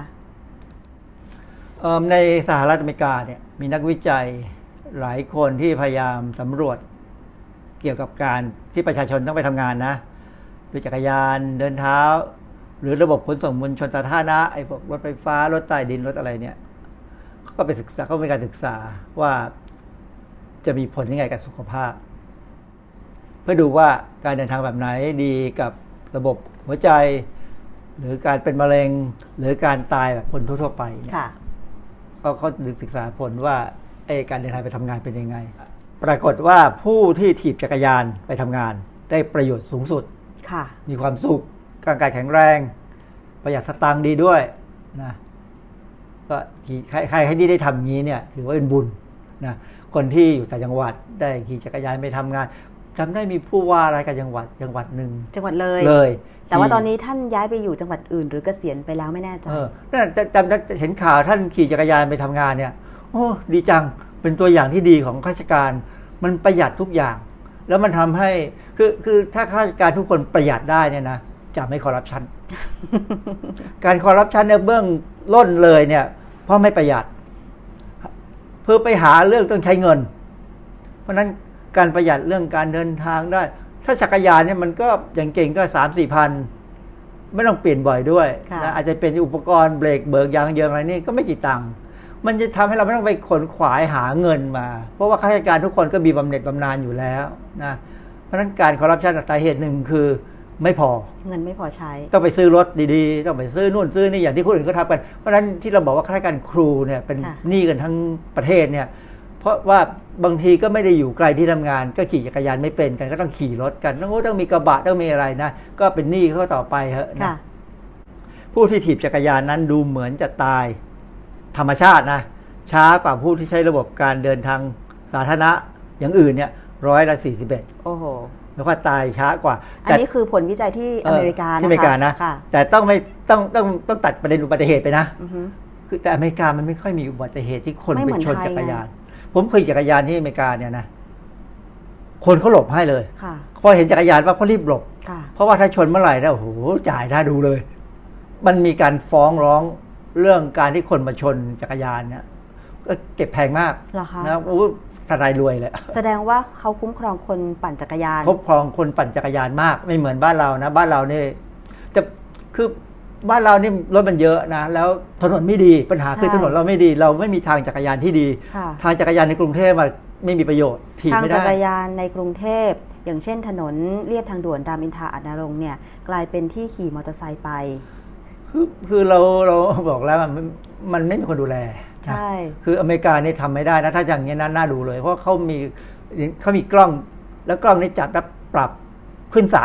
ในสหรัฐอเมริกาเนี่ยมีนักวิจัยหลายคนที่พยายามสำรวจเกี่ยวกับการที่ประชาชนต้องไปทำงานนะด้วยจักรยานเดินเท้าหรือระบบขนส่งมวลชนสาธารณะไอ้พวกรถไฟฟ้ารถใต้ดินรถอะไรเนี่ยเขาก็ไปศึกษาเขามีการศึกษาว่าจะมีผลยังไงกับสุขภาพเพื่อดูว่าการเดินทางแบบไหนดีกับระบบหัวใจหรือการเป็นมะเร็งหรือการตายแบบคนทั่วๆไปเนี่ยเขาเขาศึกษาผลว่าไอ้การเดินทางไปทำงานเป็นยังไงปรากฏว่าผู้ที่ถีบจักรยานไปทำงานได้ประโยชน์สูงสุดมีความสุขร่างกายแข็งแรงประหยัดสตางค์ดีด้วยนะก็ใครใครให้ที่ได้ทำอย่างนี้เนี่ยถือว่าเป็นบุญนะคนที่อยู่ต่างจังหวัดได้ขี่จักรยานไปทำงานจำได้มีผู้ว่าราชการจังหวัดจังหวัดหนึ่งจังหวัดเลยเลยแต่ว่าตอนนี้ท่านย้ายไปอยู่จังหวัดอื่นหรือเกษียณไปแล้วไม่แน่ใจเออนั่นจำจำเห็นข่าวท่านขี่จักรยานไปทำงานเนี่ยโอ้ดีจังเป็นตัวอย่างที่ดีของข้าราชการมันประหยัดทุกอย่างแล้วมันทำให้คือคือถ้าข้าราชการทุกคนประหยัดได้เนี่ยนะจะไม่คอร์รัปชัน การคอร์รัปชันเนี่ยเบื้องล้นเลยเนี่ยเพราะไม่ประหยัดเพื่อไปหาเรื่องต้องใช้เงินเพราะนั้นการประหยัดเรื่องการเดินทางได้ถ้าจักรยานเนี่ยมันก็อย่างเก่งก็สามสี่พันไม่ต้องเปลี่ยนบ่อยด้วยนะอาจจะเป็นอุปกรณ์เบรกเบิกยางเยิงอะไรนี่ก็ไม่กี่ตังค์มันจะทำให้เราไม่ต้องไปขนขวายหาเงินมาเพราะว่าข้าราชการทุกคนก็มีบำเหน็จบำนาญอยู่แล้วนะเพราะฉะนั้นการคอร์รัปชันสาเหตุหนึ่งคือไม่พอเงินไม่พอใช้ต้องไปซื้อรถดีๆต้องไปซื้อนู่นซื้อนี่อย่างที่คนอื่นเขาทำกันเพราะฉะนั้นที่เราบอกว่าข้าราชการครูเนี่ยเป็นหนี้กันทั้งประเทศเนี่ยเพราะว่าบางทีก็ไม่ได้อยู่ไกลที่ทำงานก็ขี่จักรยานไม่เป็นกันก็ต้องขี่รถกันต้องต้องมีกระบะต้องมีอะไรนะก็เป็นหนี้เขาต่อไปเหอะนะผู้ที่ถีบจักรยานนั้นดูเหมือนจะตายธรรมชาตินะช้ากว่าผู้ที่ใช้ระบบการเดินทางสาธารณะอย่างอื่นเนี่ยร้อยละสี่สิบเอ็ดโอ้โหแล้วก็ตายช้ากว่าอันนี้คือผลวิจัยที่อเมริกาที่อเมริกานะแต่ต้องไม่ต้องต้องต้องตัดประเด็นอุบัติเหตุไปนะคือแต่อเมริกามันไม่ค่อยมีอุบัติเหตุที่คนไปชนจักรยานผมเคยจักรยานที่อเมริกาเนี่ยนะคนเขาหลบให้เลยพอเห็นจักรยานปั๊บเขารีบหลบเพราะว่าถ้าชนเมื่อไหร่เนี่ยโอ้โหจ่ายน่าดูเลยมันมีการฟ้องร้องเรื่องการที่คนมาชนจักรยานเนี่ยก็เก็บแพงมากนะโอ้สไตล์รวยเลยแสดงว่าเขาคุ้มครองคนปั่นจักรยานคุ้มครองคนปั่นจักรยานมากไม่เหมือนบ้านเรานะบ้านเราเนี่ยจะคือบ้านเรานี่รถมันเยอะนะแล้วถนนไม่ดีปัญหาคือถนนเราไม่ดีเราไม่มีทางจักรยานที่ดีทางจักรยานในกรุงเทพมันไม่มีประโยชน์ทางจักรยานในกรุงเทพอย่างเช่นถนนเลียบทางด่วนรามอินทราอาจนรงค์เนี่ยกลายเป็นที่ขี่มอเตอร์ไซค์ไปคือคือเราเราบอกแล้วมันมันไม่มีคนดูแลใช่คืออเมริกานี่ทำไม่ได้นะถ้าอย่างนี้นั้นน่าดูเลยเพราะเขามีเขามีกล้องแล้วกล้องนี่จัดแล้วปรับขึ้นศาล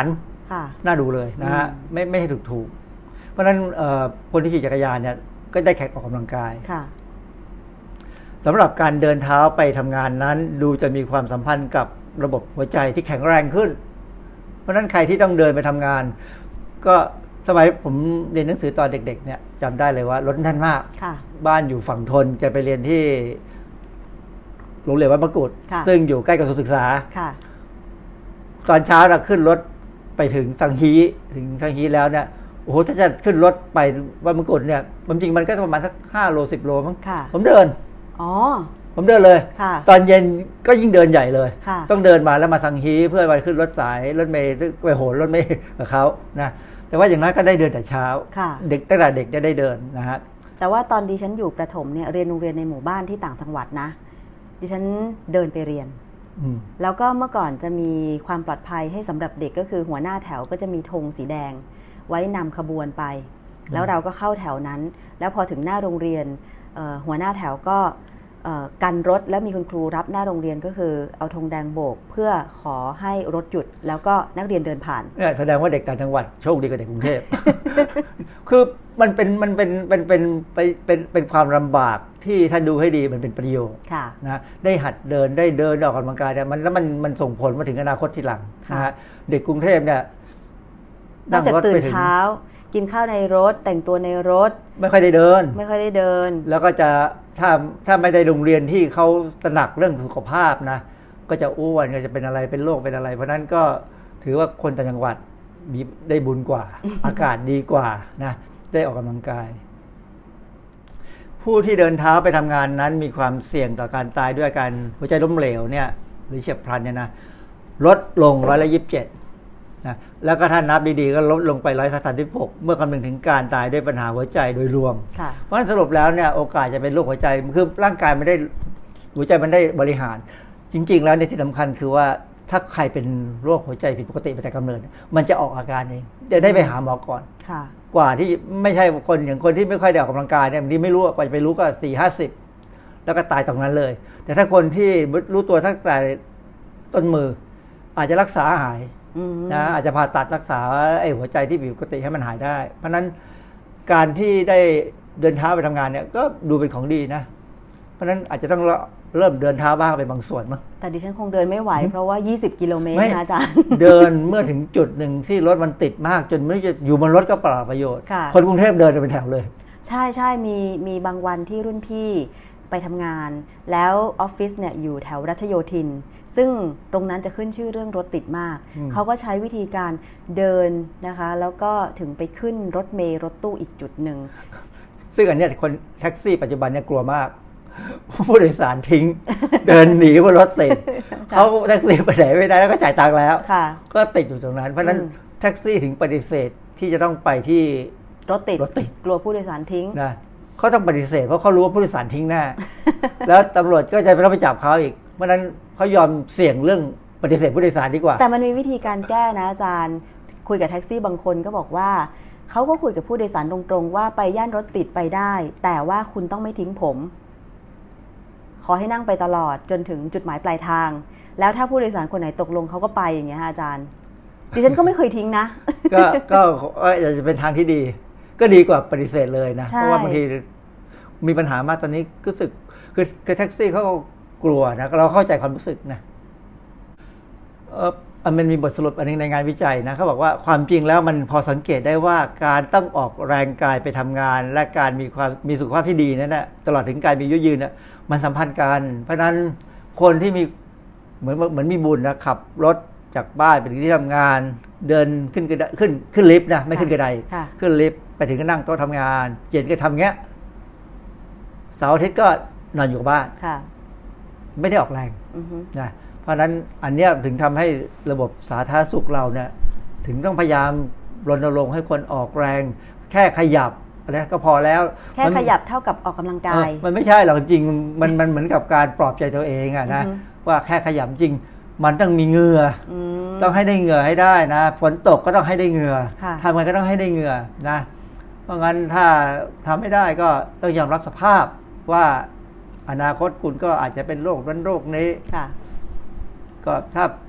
น่าดูเลยนะฮะไม่ไม่ให้ถูกถูกเพราะฉะนั้นคนที่ขี่จักรยานเนี่ยก็ได้แข่งออกกำลังกายสำหรับการเดินเท้าไปทำงานนั้นดูจะมีความสัมพันธ์กับระบบหัวใจที่แข็งแรงขึ้นเพราะฉะนั้นใครที่ต้องเดินไปทำงานก็สมัยผมเรียนหนังสือตอนเด็กๆเนี่ยจำได้เลยว่ารถแน่นมากบ้านอยู่ฝั่งทนจะไปเรียนที่โรงเรียนวัดมกุฏซึ่งอยู่ใกล้กับกระทรวงศึกษาตอนเช้าเราขึ้นรถไปถึงสังฮีถึงสังฮีแล้วเนี่ยโอ้โหถ้าจะขึ้นรถไปวัดมกุฏเนี่ยจริงๆมันก็ประมาณสักห้าโลสิบโลมั้งผมเดินอ๋อผมเดินเลยตอนเย็นก็ยิ่งเดินใหญ่เลยต้องเดินมาแล้วมาสังฮีเพื่อไปขึ้นรถสายรถเมล์ซึ่งไปโหนรถเมล์กับเขานะแต่ว่าอย่างน้อยก็ได้เดินแต่เช้าเด็กตั้งแต่เด็กจะได้เดินนะฮะแต่ว่าตอนดิฉันอยู่ประถมเนี่ยเรียนโรงเรียนในหมู่บ้านที่ต่างจังหวัดนะดิฉันเดินไปเรียนแล้วก็เมื่อก่อนจะมีความปลอดภัยให้สำหรับเด็กก็คือหัวหน้าแถวก็จะมีธงสีแดงไว้นำขบวนไปแล้วเราก็เข้าแถวนั้นแล้วพอถึงหน้าโรงเรียนหัวหน้าแถวก็กันรถแล้วมีคุณครูรับหน้าโรงเรียนก็คือเอาธงแดงโบกเพื่อขอให้รถหยุดแล้วก็นักเรียนเดินผ่านเนี่ยแสดงว่าเด็กต่างจังหวัดโชคดีกว่าเด็กกรุงเทพ คือมันเป็นมันเป็นเป็นเป็นเป็นเป็นความลำบากที่ถ้าดูให้ดีมันเป็นประโยชน์นะได้หัดเดินได้เดินออกกำลังกายเนี่ยมันแล้วมันมันส่งผลมาถึงอนาคตทีหลังนะฮะเด็กกรุงเทพเนี่ยนั่งรถตื่นเช้ากินข้าวในรถแต่งตัวในรถไม่ค่อยได้เดินไม่ค่อยได้เดินแล้วก็จะถ้าถ้าไม่ได้โรงเรียนที่เขาตระหนักเรื่องสุขภาพนะก็จะอ้วนก็จะเป็นอะไรเป็นโรคเป็นอะไรเพราะนั้นก็ถือว่าคนต่างจังหวัดมีได้บุญกว่า อากาศดีกว่านะได้ออกกำลังกายผู้ที่เดินเท้าไปทำงานนั้นมีความเสี่ยงต่อการตายด้วยอาการหัวใจล้มเหลวเนี่ยหรือเฉียบพลันเนี่ยนะลดลงร้อยละยี่สิบเจ็ดนะแล้วก็ถ้านับดีๆก็ลดลงไปร้อยสามสิบหกเมื่อคำนึงถึงการตายด้วยปัญหาหัวใจโดยรวมเพราะฉะนั้นสรุปแล้วเนี่ยโอกาสจะเป็นโรคหัวใจคือร่างกายไม่ได้หัวใจมันได้บริหารจริงๆแล้วในที่สำคัญคือว่าถ้าใครเป็นโรคหัวใจผิดปกติมาแต่กำเนิดมันจะออกอาการเองจะได้ไปหาหมอก่อนกว่าที่ไม่ใช่คนอย่างคนที่ไม่ค่อยได้ออกกำลังกายเนี่ยบางทีไม่รู้กว่าจะไปรู้ก็สี่ห้าสิบแล้วก็ตายตรงนั้นเลยแต่ถ้าคนที่รู้ตัวตั้งแต่ต้นมืออาจจะรักษาหายนะอาจจะผ่าตัดรักษาไอ้หัวใจที่ผิดปกติให้มันหายได้เพราะนั้นการที่ได้เดินเท้าไปทำงานเนี่ยก็ดูเป็นของดีนะเพราะนั้นอาจจะต้องเริ่มเดินเท้าบ้างไปบางส่วนมั้งแต่ดิฉันคงเดินไม่ไหวเพราะว่ายี่สิบกิโลเมตรนะอาจารย์เดินเมื่อถึงจุดหนึ่งที่รถมันติดมากจนไม่จะอยู่บนรถก็เปล่าประโยชน์คนกรุงเทพเดินเป็นแถวเลยใช่ใช่มีมีบางวันที่รุ่นพี่ไปทำงานแล้วออฟฟิศเนี่ยอยู่แถวรัชโยธินซึ่งตรงนั้นจะขึ้นชื่อเรื่องรถติดมากเขาก็ใช้วิธีการเดินนะคะแล้วก็ถึงไปขึ้นรถเมล์รถตู้อีกจุดหนึ่งซึ่งอันนี้คนแท็กซี่ปัจจุบันเนี่ยกลัวมากผู้โดยสารทิ้งเดินหนีบนรถติดเขาแท็กซี่ไปไหนไม่ได้แล้วก็จ่ายตังค์แล้วก็ติดอยู่ตรงนั้นเพราะฉะนั้นแท็กซี่ถึงปฏิเสธที่จะต้องไปที่รถติดรถติดกลัวผู้โดยสารทิ้งนะเขาต้องปฏิเสธเพราะเขารู้ว่าผู้โดยสารทิ้งแน่แล้วตำรวจก็จะไปต้องไปจับเขาอีกเพราะนั้นเขายอมเสี่ยงเรื่องปฏิเสธผู้โดยสารดีกว่าแต่มันมีวิธีการแก้นะอาจารย์คุยกับแท็กซี่บางคนก็บอกว่าเขาก็คุยกับผู้โดยสารตรงๆว่าไปย่านรถติดไปได้แต่ว่าคุณต้องไม่ทิ้งผมขอให้นั่งไปตลอดจนถึงจุดหมายปลายทางแล้วถ้าผู้โดยสารคนไหนตกลงเขาก็ไปอย่างเงี้ยอาจารย์ดิฉันก็ไม่เคยทิ้งนะก็ก็อาจจะเป็นทางที่ดีก็ดีกว่าปฏิเสธเลยนะเพราะว่าบางทีมีปัญหามากตอนนี้รู้สึกคือคือแท็กซี่เขากลัวนะเราเข้าใจความรู้สึกนะเออมันมีบทสรุปอันนึงในงานวิจัยนะเขาบอกว่าความจริงแล้วมันพอสังเกตได้ว่าการต้องออกแรงกายไปทำงานและการมีความมีสุขภาพที่ดีนั่นแหละตลอดถึงการมีอายุยืนน่ะมันสัมพันธ์กันเพราะฉะนั้นคนที่มีเหมือนเหมือนมีบุญนะขับรถจากบ้านไปถึงที่ทำงานเดินขึ้นขึ้นขึ้นลิฟต์นะไม่ขึ้นกระไดขึ้นลิฟต์ไปถึงก็นั่งโต๊ะทำงานเย็นก็ทำเงี้ยเสาร์อาทิตย์ก็นอนอยู่บ้านไม่ได้ออกแรงนะเพราะฉะนั้นอันเนี้ยถึงทำให้ระบบสาธารณสุขเราเนี่ยถึงต้องพยายามรณรงค์ให้คนออกแรงแค่ขยับอะไรก็พอแล้วแค่ขยับเท่ากับออกกำลังกายมันไม่ใช่หรอกจริงมันมันเหมือนกับการปลอบใจตัวเองอะนะว่าแค่ขยับจริงมันต้องมีเหงื่อต้องให้ได้เหงื่อให้ได้นะฝนตกก็ต้องให้ได้เหงื่อทำไงก็ต้องให้ได้เหงื่อนะเพราะงั้นถ้าทำไม่ได้ก็ต้องยอมรับสภาพว่าอนาคตคุณก็อาจจะเป็นโรคนั้นโรคนี้ก็ถ้า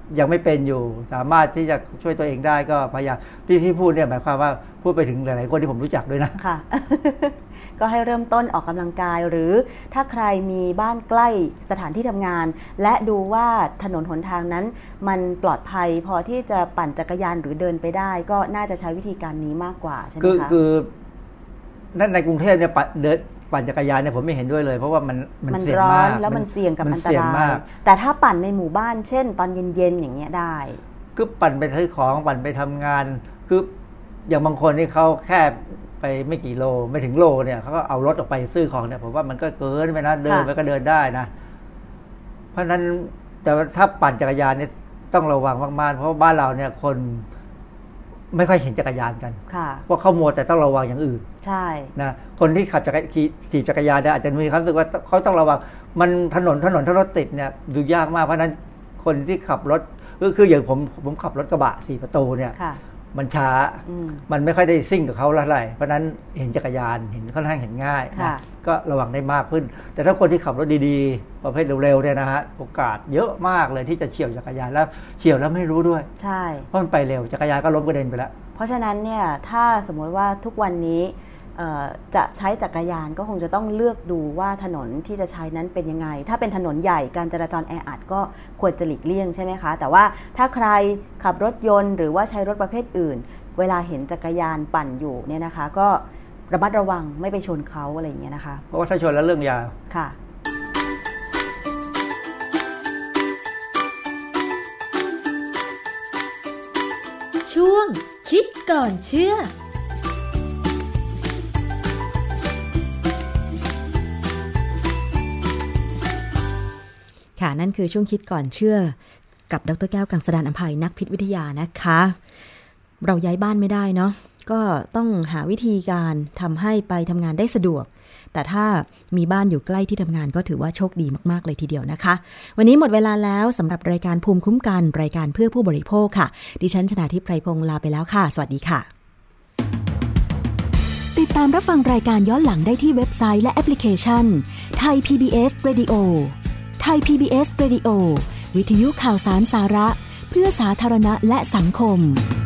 ยังไม่เป็นอยู่สามารถที่จะช่วยตัวเองได้ก็พยายามที่ที่พูดเนี่ยหมายความว่าพูดไปถึงหลายๆคนที่ผมรู้จักด้วยนะค่ะ ก็ให้เริ่มต้นออกกำลังกายหรือถ้าใครมีบ้านใกล้สถานที่ทำงานและดูว่าถนนหนทางนั้นมันปลอดภัยพอที่จะปั่นจักรยานหรือเดินไปได้ก็น่าจะใช้วิธีการนี้มากกว่าใช่ไหมคะคือคือนั่นในกรุงเทพเนี่ยเดินปั่นจักรยานเนี่ยผมไม่เห็นด้วยเลยเพราะว่ามันมันเสี่ยงมากแล้วมันเสี่ยงกับอันตรายแต่ถ้าปั่นในหมู่บ้านเช่นตอนเย็นๆอย่างเงี้ยได้คือปั่นไปซื้อของปั่นไปทำงานคืออย่างบางคนที่เขาแค่ไปไม่กี่โลไม่ถึงโลเนี่ยเขาก็เอารถออกไปซื้อของเนี่ยผมว่ามันก็เกินไปนะเดินไปก็เดินได้นะเพราะฉะนั้นแต่ถ้าปั่นจักรยานเนี่ยต้องระวังมากๆเพราะบ้านเราเนี่ยคนไม่ค่อยเห็นจักรยานกันเพราะเขามัวแต่ต้องระวังอย่างอื่นใช่นะคนที่ขับจักรขี่จักรยานเนี่ยอาจจะมีความรู้สึกว่าเขาต้องระวังมันถนนถนนถ้ารถติดเนี่ยดูยากมากเพราะนั้นคนที่ขับรถก็คืออย่างผมผมขับรถกระบะสี่ประตูเนี่ยมันช้ามันไม่ค่อยได้ซิ่งกับเขาเท่าไหร่เพราะนั้นเห็นจักรยานเห็นค่อนข้างเห็นง่ายนะก็ระวังได้มากขึ้นแต่ถ้าคนที่ขับรถดีๆประเภทเร็วๆเนี่ยนะฮะโอกาสเยอะมากเลยที่จะเฉี่ยวจักรยานแล้วเฉี่ยวแล้วไม่รู้ด้วยใช่เพราะมันไปเร็วจักรยานก็ล้มกระเด็นไปแล้วเพราะฉะนั้นเนี่ยถ้าสมมติว่าทุกวันนี้จะใช้จักรยานก็คงจะต้องเลือกดูว่าถนนที่จะใช้นั้นเป็นยังไงถ้าเป็นถนนใหญ่การจราจรแออัดก็ควรจะหลีกเลี่ยงใช่ไหมคะแต่ว่าถ้าใครขับรถยนต์หรือว่าใช้รถประเภทอื่นเวลาเห็นจักรยานปั่นอยู่เนี่ยนะคะก็ระมัดระวังไม่ไปชนเขาอะไรอย่างเงี้ยนะคะเพราะว่าถ้าชนแล้วเรื่องยาวค่ะช่วงคิดก่อนเชื่อค่ะนั่นคือช่วงคิดก่อนเชื่อกับดร.แก้วกังสดาลอำไพนักพิษวิทยานะคะเราย้ายบ้านไม่ได้เนาะก็ต้องหาวิธีการทำให้ไปทำงานได้สะดวกแต่ถ้ามีบ้านอยู่ใกล้ที่ทำงานก็ถือว่าโชคดีมากๆเลยทีเดียวนะคะวันนี้หมดเวลาแล้วสำหรับรายการภูมิคุ้มกันรายการเพื่อผู้บริโภคค่ะดิฉันชนาธิป ไพรพงษ์ลาไปแล้วค่ะสวัสดีค่ะติดตามรับฟังรายการย้อนหลังได้ที่เว็บไซต์และแอปพลิเคชัน Thai พี บี เอส Radio Thai พี บี เอส Radio วิทยุข่าวสารสาระเพื่อสาธารณะและสังคม